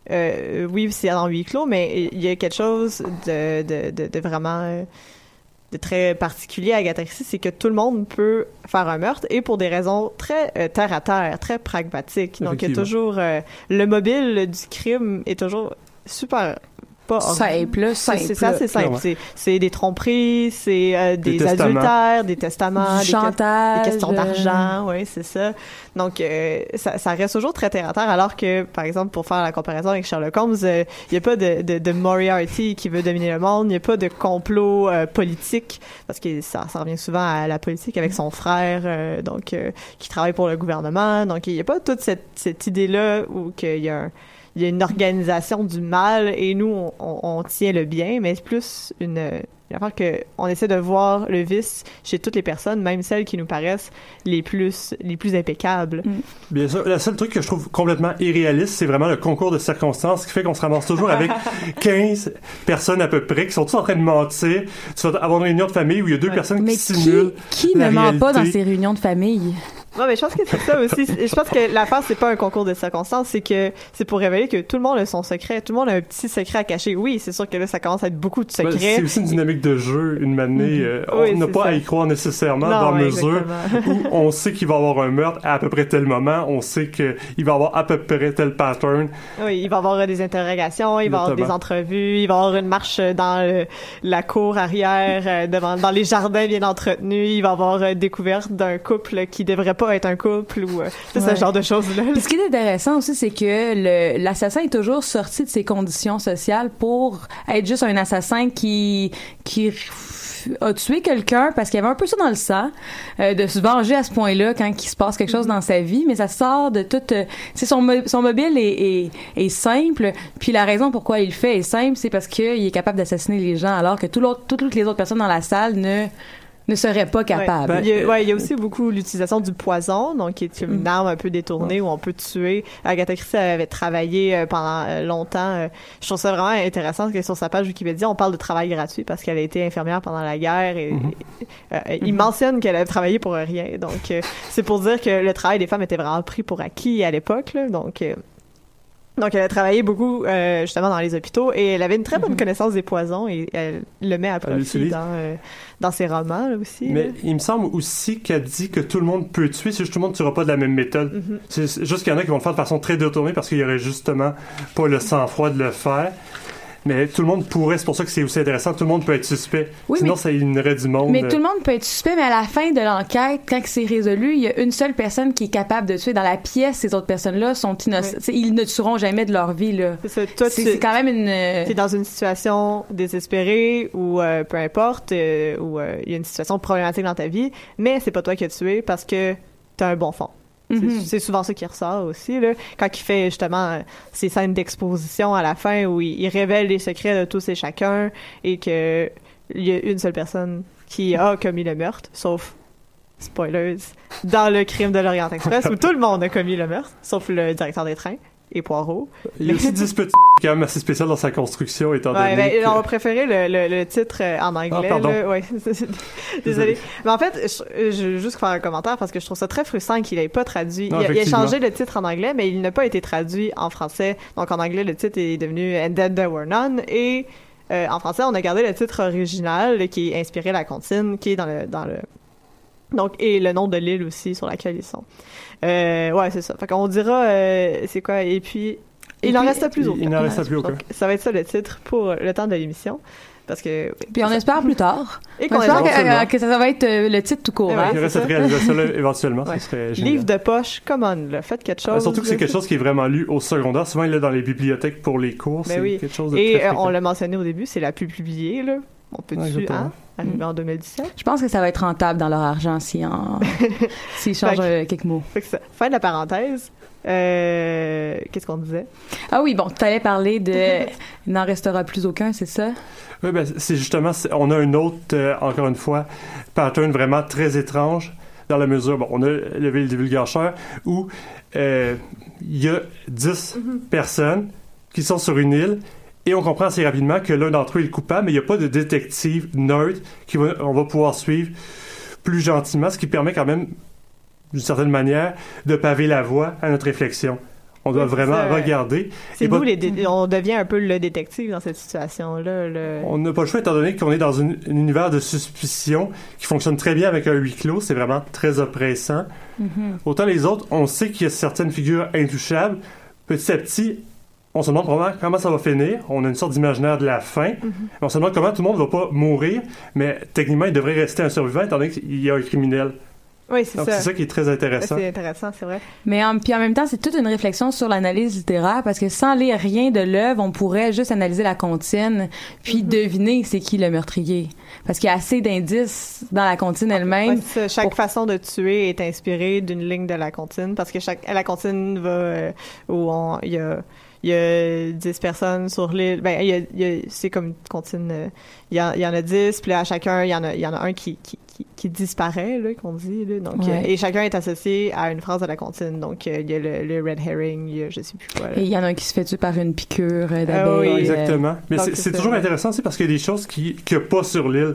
oui, c'est en huis clos, mais il y a quelque chose de vraiment... de très particulier à Agatha Christie, c'est que tout le monde peut faire un meurtre et pour des raisons très terre à terre, très pragmatiques. Donc, il y a toujours... le mobile du crime est toujours super... simple. C'est ça, c'est simple. C'est des tromperies, c'est des adultères, des testaments, chantage, des questions d'argent, oui, c'est ça. Donc, ça reste toujours très terre à terre, alors que, par exemple, pour faire la comparaison avec Sherlock Holmes, il n'y a pas de Moriarty qui veut dominer le monde, il n'y a pas de complot politique, parce que ça revient souvent à la politique avec son frère, qui travaille pour le gouvernement. Donc, il n'y a pas toute cette idée-là où qu'il y a une organisation du mal et nous, on tient le bien, mais c'est plus une affaire qu'on essaie de voir le vice chez toutes les personnes, même celles qui nous paraissent les plus impeccables. Bien sûr. Le seul truc que je trouve complètement irréaliste, c'est vraiment le concours de circonstances qui fait qu'on se ramasse toujours avec 15 personnes à peu près qui sont tous en train de mentir. Tu vas avoir une réunion de famille où il y a deux personnes qui simulent qui ne ment pas dans ces réunions de famille? Non, mais je pense que c'est ça aussi. Je pense que l'affaire, c'est pas un concours de circonstances, c'est que c'est pour révéler que tout le monde a son secret. Tout le monde a un petit secret à cacher. Oui, c'est sûr que là, ça commence à être beaucoup de secrets. C'est aussi une dynamique de jeu, une manée. On n'a pas à y croire nécessairement dans mesure où on sait qu'il va y avoir un meurtre à peu près tel moment. On sait qu'il va y avoir à peu près tel pattern. Oui, il va y avoir des interrogations, il va y avoir des entrevues, il va y avoir une marche dans la cour arrière, dans les jardins bien entretenus. Il va y avoir découverte d'un couple qui devrait pas être un couple ou ce genre de choses-là. Puis ce qui est intéressant aussi, c'est que l'assassin est toujours sorti de ses conditions sociales pour être juste un assassin qui a tué quelqu'un parce qu'il y avait un peu ça dans le sang, de se venger à ce point-là quand il se passe quelque chose dans sa vie, mais ça sort de toute... son mobile est simple, puis la raison pourquoi il le fait est simple, c'est parce qu'il est capable d'assassiner les gens alors que toutes les autres personnes dans la salle ne serait pas capable. Il y a aussi beaucoup l'utilisation du poison, donc qui est une arme un peu détournée où on peut tuer. Agatha Christie avait travaillé pendant longtemps. Je trouve ça vraiment intéressant que sur sa page Wikipédia, on parle de travail gratuit parce qu'elle a été infirmière pendant la guerre et il mentionne qu'elle avait travaillé pour rien. Donc, c'est pour dire que le travail des femmes était vraiment pris pour acquis à l'époque. Là, donc, elle a travaillé beaucoup justement dans les hôpitaux et elle avait une très bonne connaissance des poisons et elle le met à profit dans ses romans là, aussi. Mais il me semble aussi qu'elle dit que tout le monde peut tuer, c'est juste tout le monde ne tuera pas de la même méthode. C'est juste qu'il y en a qui vont le faire de façon très détournée parce qu'il y aurait justement pas le sang-froid de le faire. Mais tout le monde pourrait, c'est pour ça que c'est aussi intéressant, tout le monde peut être suspect. Oui, sinon, ça éliminer du monde. Mais tout le monde peut être suspect, mais à la fin de l'enquête, quand c'est résolu, il y a une seule personne qui est capable de tuer. Dans la pièce, ces autres personnes-là sont innocents. Ils ne tueront jamais de leur vie, là. C'est quand même une... T'es dans une situation désespérée ou peu importe, où il y a une situation problématique dans ta vie, mais c'est pas toi qui as tué parce que t'as un bon fond. C'est souvent ça qui ressort aussi, là. Quand il fait justement ces scènes d'exposition à la fin où il révèle les secrets de tous et chacun et que il y a une seule personne qui a commis le meurtre, sauf, spoilers, dans le crime de l'Orient Express, où tout le monde a commis le meurtre, sauf le directeur des trains et Poirot. Il y a aussi 10 petits qui est quand même assez spécial dans sa construction, étant donné que... On a préféré le titre en anglais. Ah, pardon. Ouais, désolé. Mais en fait, je veux juste faire un commentaire parce que je trouve ça très frustrant qu'il n'ait pas traduit. Non, il a changé le titre en anglais, mais il n'a pas été traduit en français. Donc en anglais, le titre est devenu And Then There Were None. Et en français, on a gardé le titre original qui est inspiré la comptine, qui est dans le... Donc, et le nom de l'île aussi sur laquelle ils sont. Ouais, c'est ça. Fait qu'on dira, c'est quoi, et puis, il n'en reste plus aucun. Il n'en reste plus aucun. Donc, ça va être ça le titre pour le temps de l'émission. Parce que... Puis on espère plus tard. Et on espère que ça va être le titre tout court. Il reste cette réalisation-là éventuellement. Ouais. Ça serait génial. Livre de poche, come on, là, faites quelque chose. Surtout que c'est quelque chose qui est vraiment lu au secondaire. Souvent, il est dans les bibliothèques pour les cours. Ben c'est oui. quelque chose de et très on l'a mentionné au début, c'est la plus publiée, là. On peut-tu, arriver en 2017? Je pense que ça va être rentable dans leur argent s'ils changent quelques mots. Fait que ça, fin de la parenthèse. Qu'est-ce qu'on disait? Ah oui, bon, tu allais parler de il n'en restera plus aucun, c'est ça? Oui, ben c'est justement, on a un autre, encore une fois, pattern vraiment très étrange dans la mesure, bon, on a le divulgateur où il y a 10 personnes qui sont sur une île. Et on comprend assez rapidement que l'un d'entre eux est le coupable, mais il n'y a pas de détective neutre on va pouvoir suivre plus gentiment, ce qui permet quand même, d'une certaine manière, de paver la voie à notre réflexion. On doit vraiment regarder. C'est nous, on devient un peu le détective dans cette situation-là. On n'a pas le choix, étant donné qu'on est dans un univers de suspicion qui fonctionne très bien avec un huis clos. C'est vraiment très oppressant. Autant les autres, on sait qu'il y a certaines figures intouchables. Petit à petit, on se demande probablement comment ça va finir. On a une sorte d'imaginaire de la fin. On se demande comment tout le monde ne va pas mourir, mais techniquement, il devrait rester un survivant étant donné qu'il y a un criminel. Oui, c'est ça. Donc, c'est ça qui est très intéressant. C'est intéressant, c'est vrai. Mais puis en même temps, c'est toute une réflexion sur l'analyse littéraire, parce que sans lire rien de l'œuvre, on pourrait juste analyser la comptine, puis deviner c'est qui le meurtrier. Parce qu'il y a assez d'indices dans la comptine elle-même. Ouais, chaque façon de tuer est inspirée d'une ligne de la comptine, parce que la comptine va où il y a 10 personnes sur l'île. Ben, c'est comme une comptine. Il y en a 10, puis là, à chacun, il y en a un qui disparaît, là, qu'on dit, là. Donc, et chacun est associé à une phrase de la comptine. Donc, il y a le red herring, il y a je sais plus quoi. Là. Et il y en a un qui se fait tuer par une piqûre d'abeille. Oui, exactement. Mais c'est toujours intéressant aussi parce qu'il y a des choses qu'il n'y a pas sur l'île.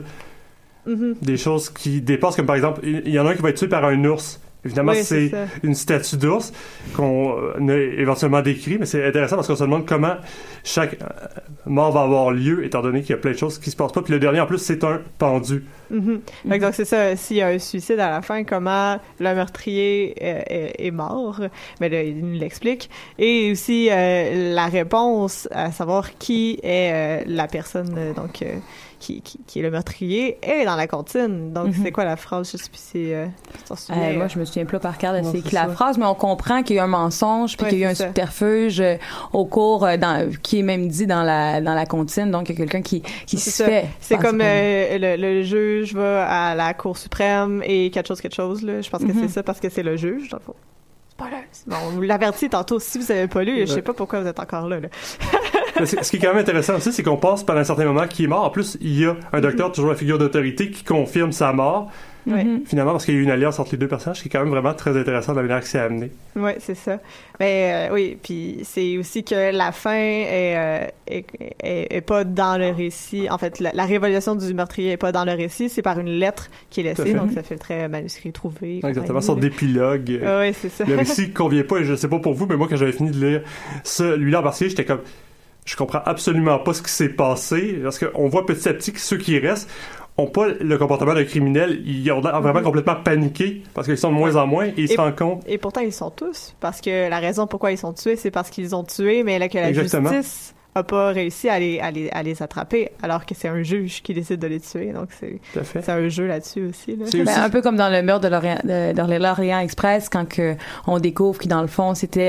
Des choses qui dépassent, comme par exemple, il y en a un qui va être tué par un ours. Évidemment, c'est une statue d'ours qu'on a éventuellement décrit, mais c'est intéressant parce qu'on se demande comment chaque mort va avoir lieu, étant donné qu'il y a plein de choses qui se passent pas. Puis le dernier, en plus, c'est un pendu. Donc, c'est ça. S'il y a un suicide à la fin, comment le meurtrier est mort? Mais là, il nous l'explique. Et aussi, la réponse à savoir qui est la personne, donc... Qui est le meurtrier, est dans la comptine. Donc, c'est quoi la phrase? Je sais plus, moi, je me souviens pas par cœur de c'est la phrase, mais on comprend qu'il y a un mensonge, puis qu'il y a eu un subterfuge au cours, qui est même dit dans la comptine. Donc, il y a quelqu'un qui se fait... C'est comme le juge va à la Cour suprême et quelque chose, là. Je pense que c'est ça, parce que c'est le juge, dans le fond. Bon, on vous l'avertit tantôt. Si vous avez pas lu, je sais pas pourquoi vous êtes encore là. Ce qui est quand même intéressant aussi, c'est qu'on passe pendant un certain moment qui est mort. En plus, il y a un docteur, toujours la figure d'autorité, qui confirme sa mort. Finalement, parce qu'il y a eu une alliance entre les deux personnages, qui est quand même vraiment très intéressant de la manière que c'est amené. Oui, c'est ça. Mais oui, puis c'est aussi que la fin est pas dans le récit. En fait, la révélation du meurtrier est pas dans le récit, c'est par une lettre qui est laissée, donc ça fait très manuscrit trouvé. Exactement, sorte d'épilogue. Oui, c'est ça. Le récit convient pas, et je sais pas pour vous, mais moi, quand j'avais fini de lire celui-là en particulier, j'étais comme... Je comprends absolument pas ce qui s'est passé, parce qu'on voit petit à petit que ceux qui restent ont pas le comportement d'un criminel. Ils ont vraiment complètement paniqué, parce qu'ils sont de moins en moins, et ils se rendent compte. Et pourtant, ils sont tous, parce que la raison pourquoi ils sont tués, c'est parce qu'ils ont tué, mais là, que la justice a pas réussi à les attraper, alors que c'est un juge qui décide de les tuer. Donc, c'est un jeu là-dessus aussi. Là. Un peu comme dans le meurtre de l'Orient Express, quand on découvre que, dans le fond, c'était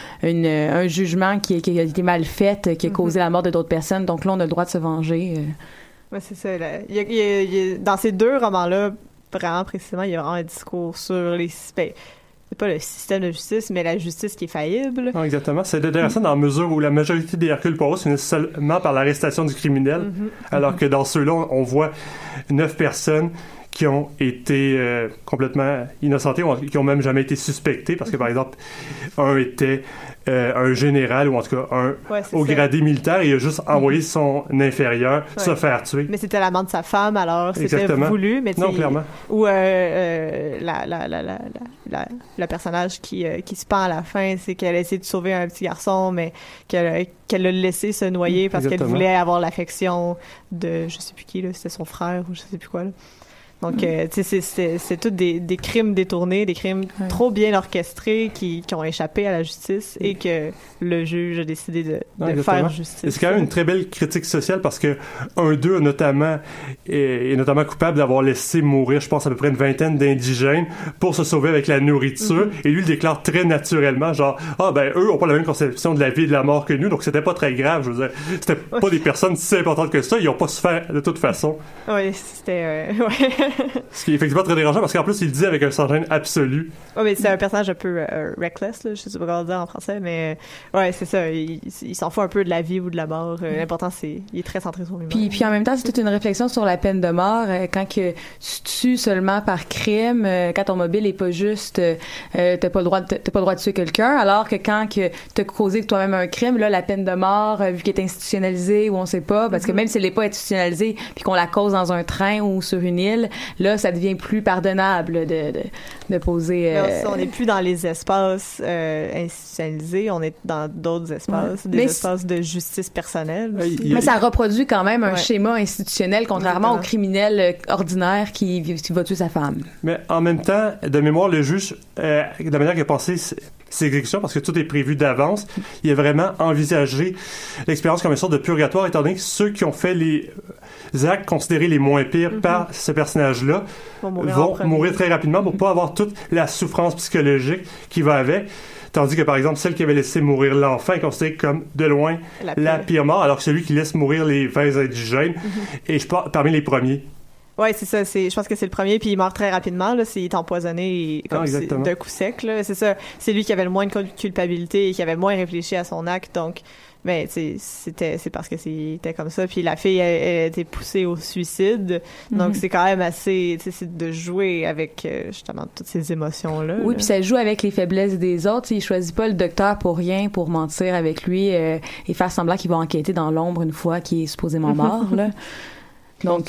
un jugement qui a été mal fait, qui a causé la mort de d'autres personnes. Donc là, on a le droit de se venger. Ouais, c'est ça. Là. Dans ces deux romans-là, vraiment précisément, il y a vraiment un discours sur les... c'est pas le système de justice, mais la justice qui est faillible. Non, exactement. C'est intéressant dans la mesure où la majorité des Hercule Poirot se finissent seulement par l'arrestation du criminel, alors que dans ceux-là, on voit 9 personnes qui ont été complètement innocentées, ou qui ont même jamais été suspectées, parce que, par exemple, un était un général, ou en tout cas un au gradé militaire, et il a juste envoyé son inférieur se faire tuer. Mais c'était l'amant de sa femme, alors c'était voulu. Mais non, clairement. Ou le personnage qui se pend à la fin, c'est qu'elle a essayé de sauver un petit garçon, mais qu'elle l'a laissé se noyer parce qu'elle voulait avoir l'affection de, je sais plus qui, là, c'était son frère, ou je sais plus quoi, là. Donc, tu sais, c'est tous des crimes détournés, des crimes trop bien orchestrés qui ont échappé à la justice et que le juge a décidé de faire justice. Et c'est quand même une très belle critique sociale parce que 1-2 est notamment coupable d'avoir laissé mourir, je pense, à peu près une vingtaine d'indigènes pour se sauver avec la nourriture. Et lui, il déclare très naturellement, genre, eux ont pas la même conception de la vie et de la mort que nous, donc c'était pas très grave. Je veux dire, c'était pas des personnes si importantes que ça, ils ont pas souffert de toute façon. Oui, c'était... Ce qui est effectivement très dérangeant parce qu'en plus il dit avec un sans-gêne absolu. Oui, mais c'est un personnage un peu reckless, là, je sais pas comment dire en français, mais c'est ça, il s'en fout un peu de la vie ou de la mort. L'important, il est très centré sur lui-même. Puis en même temps, c'est toute une réflexion sur la peine de mort. Quand que tu tues seulement par crime, quand ton mobile est pas juste, t'as pas le droit de tuer quelqu'un, alors que quand que t'as causé toi-même un crime, là, la peine de mort, vu qu'elle est institutionnalisée ou on sait pas, parce que même si elle n'est pas institutionnalisée, puis qu'on la cause dans un train ou sur une île, là, ça devient plus pardonnable de poser... on n'est plus dans les espaces institutionnalisés, on est dans d'autres espaces, des espaces de justice personnelle. Mais ça reproduit quand même un schéma institutionnel, contrairement au criminel ordinaire qui va tuer sa femme. Mais en même temps, de mémoire, le juge, la manière qu'il a pensé ces exécutions, parce que tout est prévu d'avance, il a vraiment envisagé l'expérience comme une sorte de purgatoire, étant donné que ceux qui ont fait les actes considérés les moins pires par ce personnage-là vont mourir très rapidement pour pas avoir toute la souffrance psychologique qui va avec. Tandis que, par exemple, celle qui avait laissé mourir l'enfant est considérée comme, de loin, la pire mort, alors que celui qui laisse mourir les 20 indigènes est parmi les premiers. Oui, c'est ça. Je pense que c'est le premier, puis il meurt très rapidement. Là, il est empoisonné d'un coup sec. Là. C'est ça. C'est lui qui avait le moins de culpabilité et qui avait le moins réfléchi à son acte. Donc, mais c'est parce que c'était comme ça. Puis la fille, elle a été poussée au suicide. Donc, c'est quand même assez... C'est de jouer avec, justement, toutes ces émotions-là. Oui, puis ça joue avec les faiblesses des autres. Il choisit pas le docteur pour rien, pour mentir avec lui et faire semblant qu'il va enquêter dans l'ombre une fois qu'il est supposément mort, là. Donc,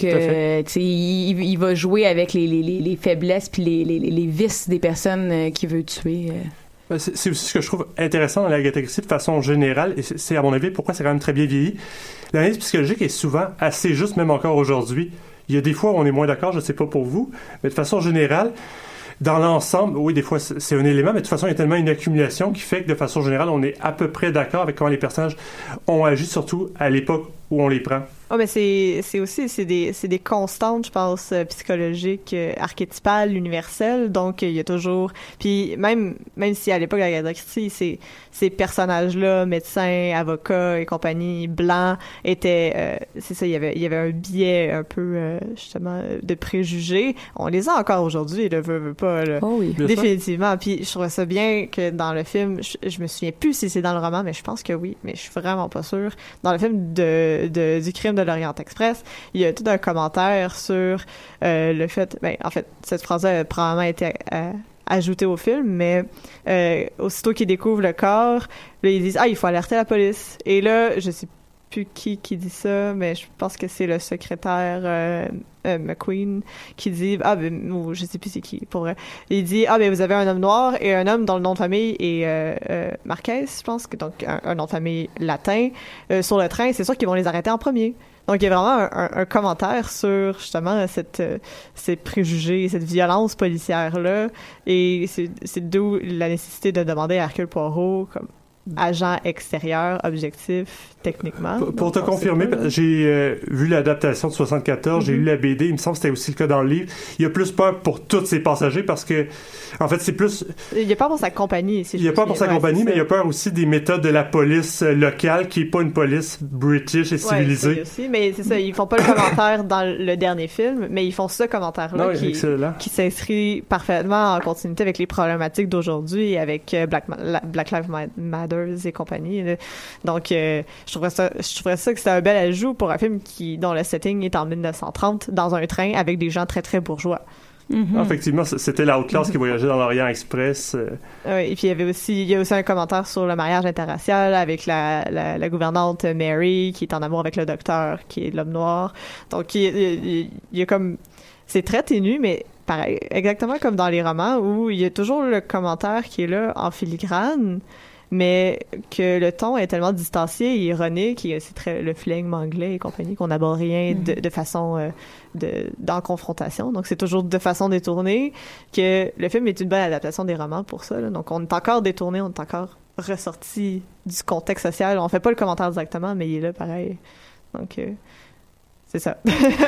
il va jouer avec les faiblesses puis les vices des personnes qu'il veut tuer. C'est aussi ce que je trouve intéressant dans l'Agatha Christie de façon générale, et c'est à mon avis pourquoi c'est quand même très bien vieilli. L'analyse psychologique est souvent assez juste, même encore aujourd'hui. Il y a des fois où on est moins d'accord, je ne sais pas pour vous, mais de façon générale, dans l'ensemble, oui, des fois c'est un élément, mais de toute façon il y a tellement une accumulation qui fait que de façon générale on est à peu près d'accord avec comment les personnages ont agi, surtout à l'époque où on les prend. Ah, mais c'est aussi des constantes, je pense, psychologiques, archétypales, universelles. Donc il y a toujours, puis même si à l'époque de l'Agatha Christie, ces personnages-là, médecins, avocats et compagnie, blancs, étaient, c'est ça, il y avait un biais un peu justement de préjugés. On les a encore aujourd'hui, le veut pas, là. Oh oui, définitivement. Puis je trouve ça bien que dans le film, je me souviens plus si c'est dans le roman, mais je pense que oui, mais je suis vraiment pas sûre. Dans le film du crime de l'Orient Express, il y a tout un commentaire sur le fait, en fait, cette phrase-là a probablement été ajoutée au film, mais aussitôt qu'ils découvrent le corps, là, ils disent « Ah, il faut alerter la police ». Et là, je sais plus qui dit ça, mais je pense que c'est le secrétaire McQueen qui dit ou je sais plus c'est qui pour vrai. Il dit vous avez un homme noir et un homme dont le nom de famille est Marquez, je pense que donc un nom de famille latin sur le train, c'est sûr qu'ils vont les arrêter en premier. Donc, il y a vraiment un commentaire sur, justement, ces préjugés, cette violence policière-là. Et c'est d'où la nécessité de demander à Hercule Poirot, comme, agent extérieur, objectif, techniquement. Pour te confirmer, j'ai vu l'adaptation de 74, j'ai lu la BD, il me semble que c'était aussi le cas dans le livre. Il y a plus peur pour tous ses passagers parce que, en fait, c'est plus... Il y a peur pour sa compagnie. Il y a peur pour sa compagnie, mais il y a peur aussi des méthodes de la police locale, qui est pas une police british et civilisée. Aussi, mais c'est ça, ils font pas le commentaire dans le dernier film, mais ils font ce commentaire-là qui s'inscrit parfaitement en continuité avec les problématiques d'aujourd'hui, avec Black Lives Matter et compagnie. Là. Donc, je trouverais ça que c'était un bel ajout pour un film dont le setting est en 1930 dans un train avec des gens très très bourgeois. Mm-hmm. Effectivement, c'était la haute classe qui voyageait dans l'Orient Express. Oui, et puis il y a aussi un commentaire sur le mariage interracial avec la gouvernante Mary qui est en amour avec le docteur qui est l'homme noir. Donc il y a comme c'est très ténu, mais pareil, exactement comme dans les romans où il y a toujours le commentaire qui est là en filigrane, mais que le ton est tellement distancié et ironique, et c'est très le flegme anglais et compagnie, qu'on n'aborde rien de façon dans confrontation. Donc c'est toujours de façon détournée, que le film est une bonne adaptation des romans pour ça. Là. Donc on est encore détourné, on est encore ressorti du contexte social. On fait pas le commentaire directement, mais il est là pareil. Donc c'est ça.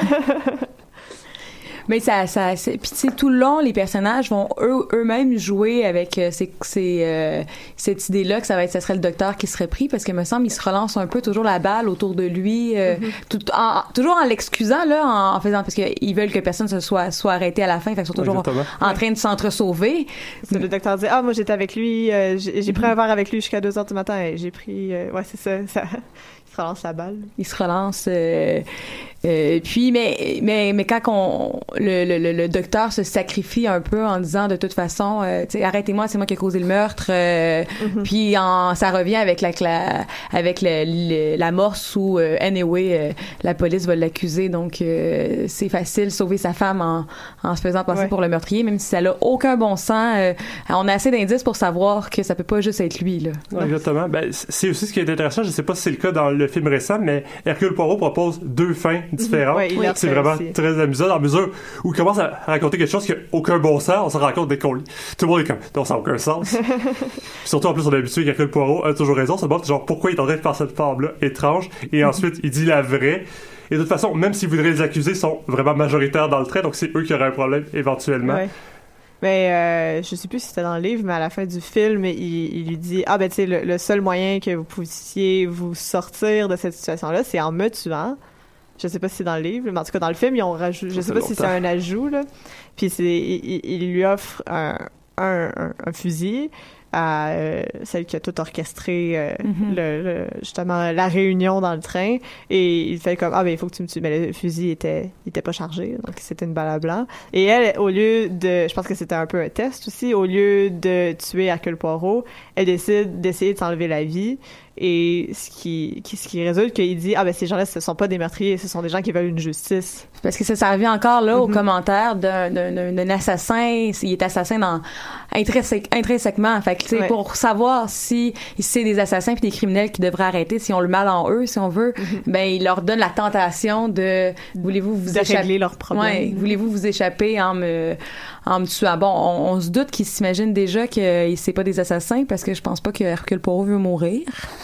Mais puis tu sais, tout le long, les personnages vont eux-mêmes jouer avec cette idée-là que ça serait le docteur qui serait pris, parce que me semble, il se relance un peu toujours la balle autour de lui, toujours en l'excusant, là, en faisant, parce qu'ils veulent que personne soit arrêté à la fin, fait qu'ils sont toujours en train de s'entre-sauver. C'est le docteur dit, moi j'étais avec lui, j'ai pris un verre avec lui jusqu'à 2h du matin, et j'ai pris, c'est ça. Il se relance la balle. Il se relance, puis mais quand le docteur se sacrifie un peu en disant de toute façon tu sais, arrêtez-moi, c'est moi qui ai causé le meurtre, puis ça revient avec l'amorce où anyway la police va l'accuser, donc c'est facile sauver sa femme en se faisant passer pour le meurtrier, même si ça n'a aucun bon sens. On a assez d'indices pour savoir que ça peut pas juste être lui là. Exactement. Ben, c'est aussi ce qui est intéressant, je sais pas si c'est le cas dans le film récent, mais Hercule Poirot propose deux fins différentes. C'est vraiment très amusant dans la mesure où il commence à raconter quelque chose qui n'a aucun bon sens. On se rend compte dès qu'on lit. Tout le monde est comme, non, ça n'a aucun sens. Surtout en plus, on est habitué qu'Hercule Poirot a toujours raison. Ça demande genre pourquoi il est en train de faire cette forme-là étrange. Et ensuite, il dit la vraie. Et de toute façon, même s'il voudrait les accuser, ils sont vraiment majoritaires dans le trait. Donc c'est eux qui auraient un problème éventuellement. Ouais. Mais je sais plus si c'était dans le livre, mais à la fin du film, il lui dit tu sais, le seul moyen que vous puissiez vous sortir de cette situation-là, c'est en me tuant. Je sais pas si c'est dans le livre, mais en tout cas dans le film, ils ont rajouté, je sais pas si c'est un ajout là. Puis il lui offre un fusil à celle qui a tout orchestré justement la réunion dans le train, et il fait comme il faut que tu me tues, mais le fusil était pas chargé, donc c'était une balle à blanc, et elle, au lieu de, je pense que c'était un peu un test aussi, au lieu de tuer Hercule Poirot, elle décide d'essayer de s'enlever la vie. Et ce qui résulte qu'il dit ces gens-là, ce sont pas des meurtriers, ce sont des gens qui veulent une justice. Parce que ça revient encore là au commentaire d'un assassin. Il est assassin intrinsèquement. Fait que tu sais, pour savoir si c'est des assassins puis des criminels qui devraient arrêter, si on le mal en eux, si on veut, il leur donne la tentation de voulez-vous vous échapper, régler leurs problèmes. Voulez-vous vous échapper en me tuant. Bon, on se doute qu'ils s'imaginent déjà que c'est pas des assassins, parce que je pense pas que Hercule Poirot veut mourir.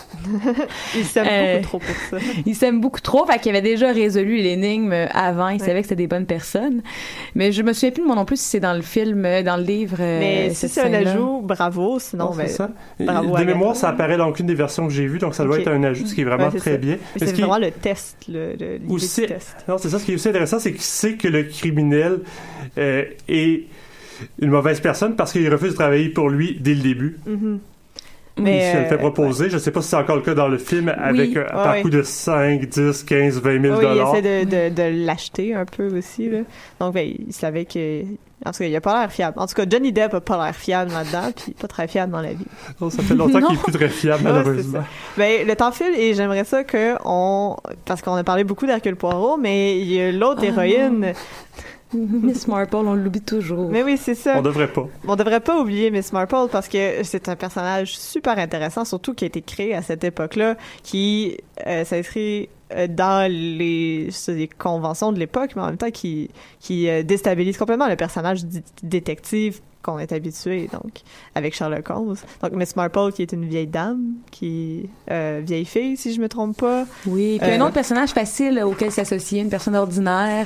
Il s'aime beaucoup trop pour ça. Il s'aime beaucoup trop, fait qu'il avait déjà résolu l'énigme avant, il savait que c'était des bonnes personnes. Mais je me souviens plus de moi non plus si c'est dans le film, dans le livre. Mais si c'est un ajout, bravo, sinon c'est ça. Bravo. De mémoire, ça apparaît dans aucune des versions que j'ai vues, donc ça doit être un ajout, ce qui est vraiment très bien. Mais c'est vraiment le test, l'idée du test. Non, c'est ça, ce qui est aussi intéressant, c'est qu'il sait que le criminel est une mauvaise personne parce qu'il refuse de travailler pour lui dès le début. Mais il se le fait proposer. Je ne sais pas si c'est encore le cas dans le film, avec par coup de 5, 10, 15, 20 000 $. Oui, il essaie de l'acheter un peu aussi. Là. Donc, il savait que... En tout cas, il a pas l'air fiable. En tout cas, Johnny Depp a pas l'air fiable là-dedans, puis pas très fiable dans la vie. Non, ça fait longtemps qu'il est plus très fiable, malheureusement. Le temps file, et j'aimerais ça parce qu'on a parlé beaucoup d'Hercule Poirot, mais il y a l'autre héroïne... Miss Marple, on l'oublie toujours. Mais oui, c'est ça. On devrait pas oublier Miss Marple, parce que c'est un personnage super intéressant, surtout qui a été créé à cette époque-là, qui s'inscrit dans les conventions de l'époque, mais en même temps qui déstabilise complètement le personnage détective qu'on est habitué, donc, avec Sherlock Holmes. Donc, Miss Marple, qui est une vieille dame, vieille fille, si je me trompe pas. Oui, puis un autre personnage facile auquel s'associer, une personne ordinaire,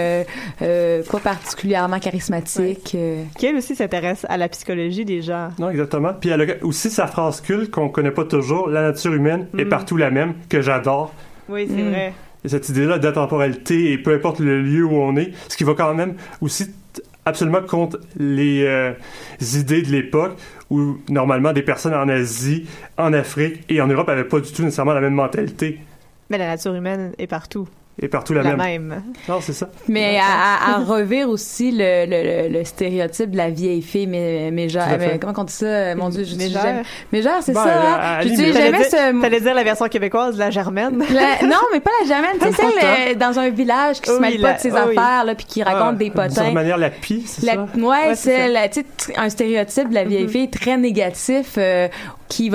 pas particulièrement charismatique. Qui, elle aussi, s'intéresse à la psychologie des gens. Non, exactement. Puis elle a aussi sa phrase culte qu'on connaît pas toujours, la nature humaine est partout la même, que j'adore. Oui, c'est vrai. Et cette idée-là d'intemporalité, et peu importe le lieu où on est, ce qui va quand même aussi absolument contre les idées de l'époque, où normalement des personnes en Asie, en Afrique et en Europe n'avaient pas du tout nécessairement la même mentalité. Mais la nature humaine est partout. Et partout la même. Non, c'est ça. Mais à revire aussi le stéréotype de la vieille fille comment on dit ça? Mon Dieu, Mégère, c'est ça. J'utilise jamais ce... T'allais dire la version québécoise, la germaine? Non, mais pas la germaine. Tu sais, celle dans un village qui se mêle pas de ses affaires, là, puis qui raconte des potins. De manière la pie, c'est ça? Ouais, c'est un stéréotype de la vieille fille très négatif, qui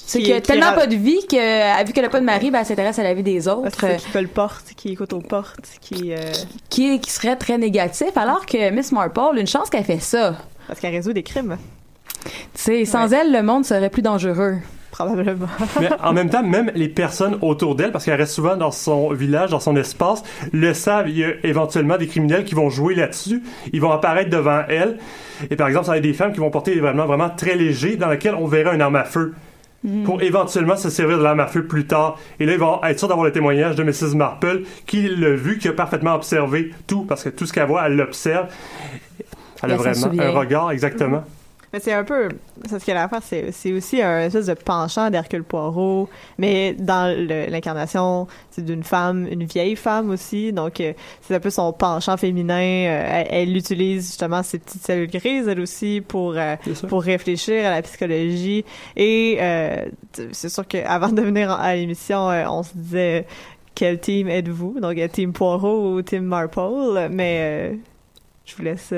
a tellement pas de vie que, vu qu'elle a pas de mari, elle s'intéresse à la vie des autres. Qui colporte, qui écoute aux portes, qui serait très négatif, alors que Miss Marple, une chance qu'elle fait ça. Parce qu'elle résout des crimes. Tu sais, sans elle, le monde serait plus dangereux. Probablement. Mais en même temps, même les personnes autour d'elle, parce qu'elle reste souvent dans son village, dans son espace, le savent. Il y a éventuellement des criminels qui vont jouer là-dessus. Ils vont apparaître devant elle. Et par exemple, ça va être des femmes qui vont porter des vêtements vraiment très légers, dans lesquels on verrait une arme à feu. Pour éventuellement se servir de l'arme à feu plus tard. Et là, ils vont être sûrs d'avoir le témoignage de Mrs. Marple, qui l'a vu, qui a parfaitement observé tout, parce que tout ce qu'elle voit, elle l'observe. Elle a vraiment un regard, exactement. Mais c'est un peu... Ce qu'elle a à faire, c'est aussi un espèce de penchant d'Hercule Poirot, mais dans l'incarnation, c'est d'une femme, une vieille femme aussi, donc c'est un peu son penchant féminin. Elle utilise justement ces petites cellules grises, elle aussi, pour réfléchir à la psychologie. Et c'est sûr qu'avant de venir à l'émission, on se disait quel team êtes-vous? Donc, team Poirot ou team Marple, mais je vous laisse...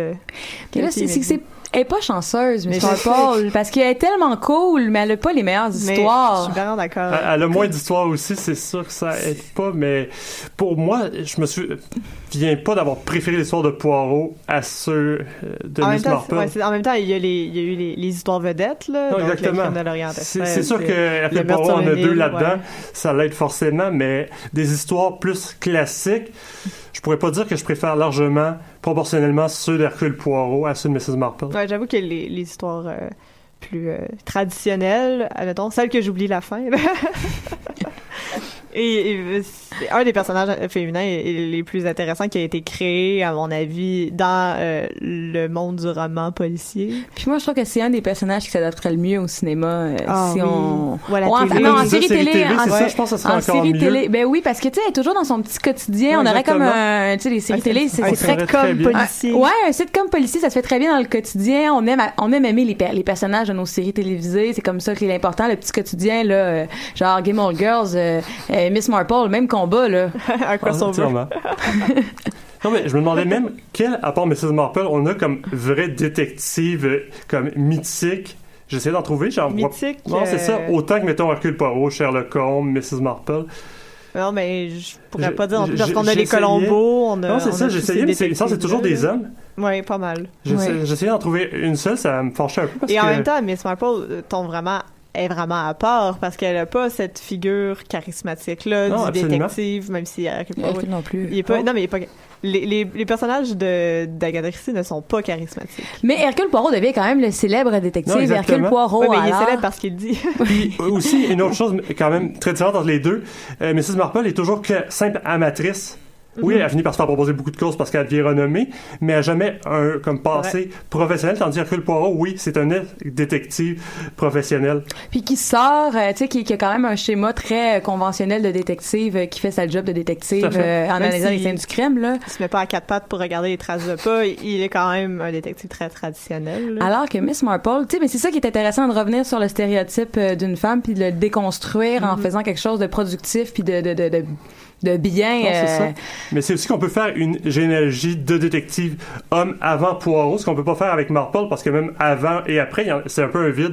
Elle est pas chanceuse, Miss Marple, parce qu'elle est tellement cool, mais elle a pas les meilleures histoires. Je suis vraiment d'accord. Elle a moins d'histoires aussi, c'est sûr que ça aide pas, mais pour moi, je me souviens pas d'avoir préféré l'histoire de Poirot à ceux de Miss Marple. En même temps, il y a eu les histoires vedettes, là. Non, donc exactement. De l'Orient c'est sûr que Hercule Poirot en a deux là-dedans, ça l'aide forcément, mais des histoires plus classiques, je pourrais pas dire que je préfère largement, proportionnellement, ceux d'Hercule Poirot à ceux de Mrs. Marple. Ouais, j'avoue que les histoires plus traditionnelles, admettons, celles que j'oublie la fin, et c'est un des personnages féminins les plus intéressants qui a été créé, à mon avis, dans le monde du roman policier. Puis moi, je trouve que c'est un des personnages qui s'adapterait le mieux au cinéma. Voilà, en série télé. Je pense que ça serait encore mieux. Télé. Ben oui, parce que, tu sais, elle est toujours dans son petit quotidien. On aurait comme tu sais, les séries télé, c'est très comme policier. Un sitcom policier, ça se fait très bien dans le quotidien. On aime aimer les personnages de nos séries télévisées. C'est comme ça que l'important, le petit quotidien, là, genre Gilmore Girls, Miss Marple, même combat, là. Un crossover. Non, mais je me demandais même quel, à part Mrs. Marple, on a comme vraie détective, comme mythique. J'essaie d'en trouver, genre. Mythique. Non, c'est ça. Autant que, mettons, Hercule Poirot, Sherlock Holmes, Mrs. Marple. Non, mais je pourrais pas dire, parce qu'on a les Colombo, Non, c'est ça, j'essayais, mais c'est toujours des hommes. Oui, pas mal. J'essayais d'en trouver une seule, ça me fâchait un peu. En même temps, Miss Marple est vraiment à part parce qu'elle a pas cette figure charismatique là du détective, même si Hercule Poirot non plus. Il est pas, non mais il est pas. Les personnages d'Agatha Christie ne sont pas charismatiques. Mais Hercule Poirot devient quand même le célèbre détective Hercule Poirot. Oui, mais il est célèbre parce qu'il le dit. Puis aussi, une autre chose quand même très différente entre les deux, Mrs. Marple est toujours que simple amatrice. Oui, elle a fini par se faire proposer beaucoup de causes parce qu'elle devient renommée, mais elle n'a jamais un comme passé professionnel, tandis qu'Hercule Poirot, oui, c'est un détective professionnel. Puis qui sort, tu sais, qui a quand même un schéma très conventionnel de détective, qui fait sa job de détective en analysant les scènes du crime, là. Il se met pas à quatre pattes pour regarder les traces de pas, il est quand même un détective très traditionnel, là. Alors que Miss Marple, tu sais, mais c'est ça qui est intéressant, de revenir sur le stéréotype d'une femme, puis de le déconstruire en faisant quelque chose de productif, puis de bien. Non, c'est ça. Mais c'est aussi qu'on peut faire une généalogie de détectives hommes avant Poirot, ce qu'on peut pas faire avec Marple, parce que même avant et après, c'est un peu un vide.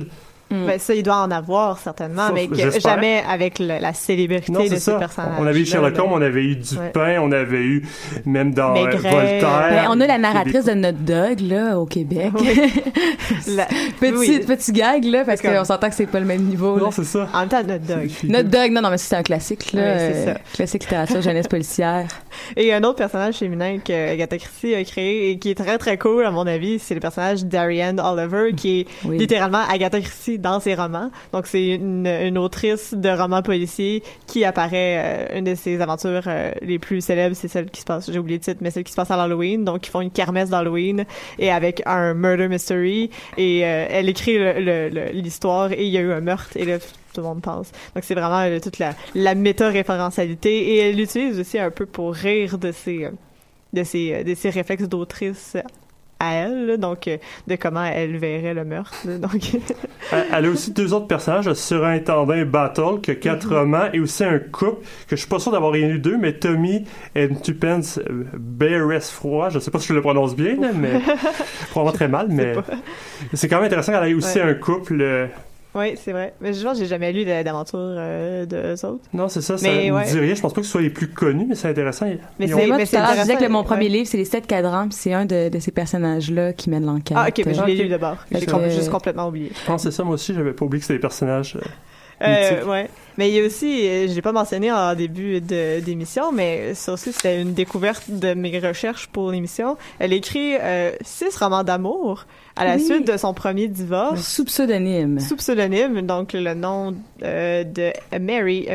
Ben, ça, il doit en avoir, certainement, mais jamais avec la célébrité de ces personnages. On avait eu Sherlock Holmes, on avait eu Dupin, on avait eu même dans Voltaire. Ben, on a la narratrice de Notre Dog, là, au Québec. Oui. Petit gag, là, parce qu'on s'entend que c'est pas le même niveau. Non, là. c'est ça. En même temps, Notre Dog. Notre Dog, non, mais c'est un classique, là. Oui, c'est ça. Classique littérature jeunesse policière. Et un autre personnage féminin que Agatha Christie a créé et qui est très, très cool, à mon avis, c'est le personnage d'Ariane Oliver, qui est littéralement Agatha Christie dans ses romans. Donc, c'est une autrice de romans policiers qui apparaît, une de ses aventures les plus célèbres, c'est celle qui se passe, j'ai oublié le titre, mais celle qui se passe à l'Halloween. Donc, ils font une kermesse d'Halloween et avec un murder mystery et elle écrit l'histoire et il y a eu un meurtre et là, tout le monde pense. Donc, c'est vraiment toute la méta-référentialité et elle l'utilise aussi un peu pour rire de ses réflexes d'autrice à elle, là, donc de comment elle verrait le meurtre. Là, donc elle a aussi 2 autres personnages, Surintendant et Battle, qui a 4 romans, et aussi un couple que je suis pas sûr d'avoir rien lu d'eux, mais Tommy et Tuppence Beresfroid, je sais pas si je le prononce bien, là, mais probablement très mal, mais c'est quand même intéressant qu'elle ait aussi un couple. Oui, c'est vrai. Mais je pense que j'ai jamais lu d'aventure d'eux autres. Non, c'est ça. Ça me dit rien. Je pense pas que ce soit les plus connus, mais c'est intéressant. Mais c'est intéressant. Je disais que mon premier livre, c'est Les 7 cadrans, puis c'est un de ces personnages-là qui mène l'enquête. Ah, OK, mais je l'ai lu d'abord. J'ai juste complètement oublié. Je pense que c'est ça, moi aussi. J'avais pas oublié que c'était des personnages... ouais. Mais il y a aussi, je l'ai pas mentionné en début d'émission, mais ça aussi, c'était une découverte de mes recherches pour l'émission. Elle écrit 6 romans d'amour à la suite de son premier divorce. Sous pseudonyme. Sous pseudonyme, donc le nom de Mary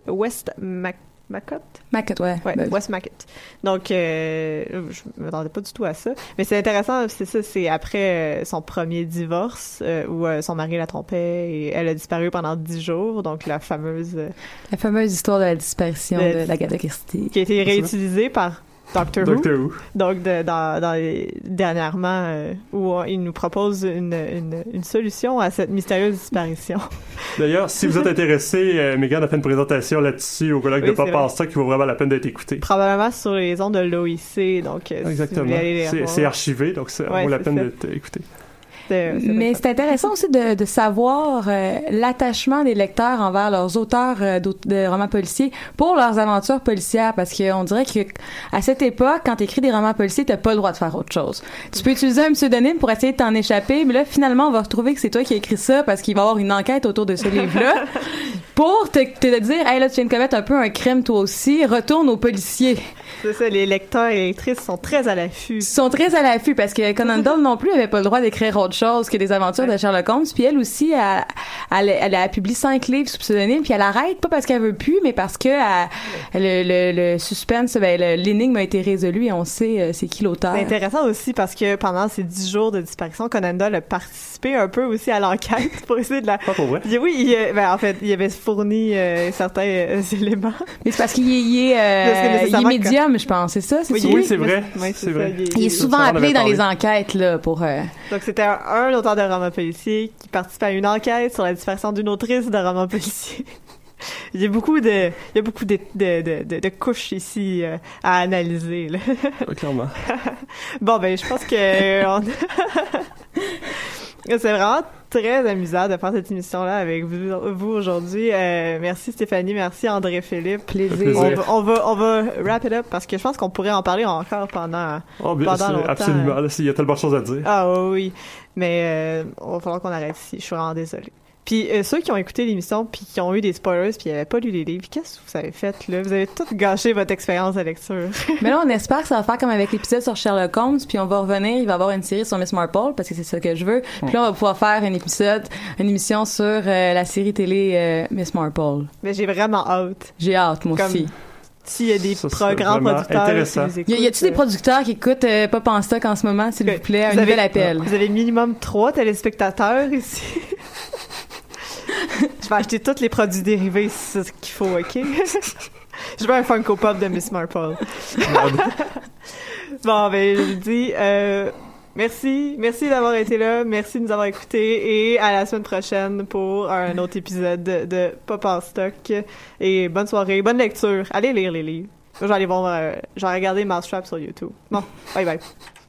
Macott, ouais. West Macott. Donc, je m'attendais pas du tout à ça. Mais c'est intéressant, c'est ça, c'est après son premier divorce, où son mari la trompait et elle a disparu pendant 10 jours. Donc, la fameuse histoire de la disparition de l'Agatha Christie. Qui a été réutilisée par Doctor Who. Donc, dernièrement, où il nous propose une solution à cette mystérieuse disparition. D'ailleurs, si vous êtes intéressé, Megan a fait une présentation là-dessus au colloque de Papa Stock qui vaut vraiment la peine d'être écouté. Probablement sur les ondes de l'OIC, donc exactement. Si vous voulez aller c'est archivé, donc ça vaut la peine d'être écouté. Mais c'est intéressant aussi de savoir l'attachement des lecteurs envers leurs auteurs de romans policiers pour leurs aventures policières, parce qu'on dirait que à cette époque, quand t'écris des romans policiers, t'as pas le droit de faire autre chose. Tu peux utiliser un pseudonyme pour essayer de t'en échapper, mais là, finalement, on va retrouver que c'est toi qui as écrit ça parce qu'il va y avoir une enquête autour de ce livre-là pour te dire, hey, là, tu viens de commettre un peu un crime toi aussi, retourne aux policiers. C'est ça, les lecteurs et lectrices sont très à l'affût. Parce que Conan Doyle non plus avait pas le droit d'écrire autre chose que des aventures de Sherlock Holmes. Puis elle aussi, elle a publié 5 livres sous pseudonyme, puis elle arrête, pas parce qu'elle veut plus, mais parce que le suspense, l'énigme a été résolue et on sait c'est qui l'auteur. C'est intéressant aussi parce que pendant ces 10 jours de disparition, Conan Doyle a participé un peu aussi à l'enquête pour essayer de la... Pas pour vrai? Oui, en fait, il avait fourni certains éléments. Mais c'est parce qu'il est médium, je pense, c'est ça? Oui, c'est vrai. C'est vrai. Il est souvent appelé dans les enquêtes, là, pour... Donc, c'était un auteur de romans policiers qui participait à une enquête sur la disparition d'une autrice de romans policiers. Il y a beaucoup de couches ici à analyser, là. Oui, clairement. Bon, ben, je pense que c'est vraiment très amusant de faire cette émission-là avec vous aujourd'hui. Merci Stéphanie, merci André-Philippe. Plaisir. On va wrap it up parce que je pense qu'on pourrait en parler encore pendant longtemps. Absolument, là, il y a tellement de choses à dire. Ah oui, mais il va falloir qu'on arrête ici. Je suis vraiment désolée. Puis ceux qui ont écouté l'émission puis qui ont eu des spoilers puis qui n'avaient pas lu les livres, qu'est-ce que vous avez fait là? Vous avez tout gâché votre expérience de lecture. Mais là, on espère que ça va faire comme avec l'épisode sur Sherlock Holmes, puis on va revenir, il va y avoir une série sur Miss Marple parce que c'est ça que je veux. Puis là, on va pouvoir faire une émission sur la série télé Miss Marple. Mais j'ai vraiment hâte. J'ai hâte, moi aussi. S'il y a des grands producteurs qui nous écoutent. Y a-t-il des producteurs qui écoutent Pop en stock en ce moment, s'il vous plaît? Un nouvel appel. Vous avez minimum 3 téléspectateurs ici. Je vais acheter tous les produits dérivés, c'est ce qu'il faut, OK? Je veux un Funko Pop de Miss Marple. Bon, ben, je vous dis, merci d'avoir été là, merci de nous avoir écoutés, et à la semaine prochaine pour un autre épisode de Pop en stock. Et bonne soirée, bonne lecture. Allez lire les livres. Moi, je vais regarder Mousetrap sur YouTube. Bon, bye bye.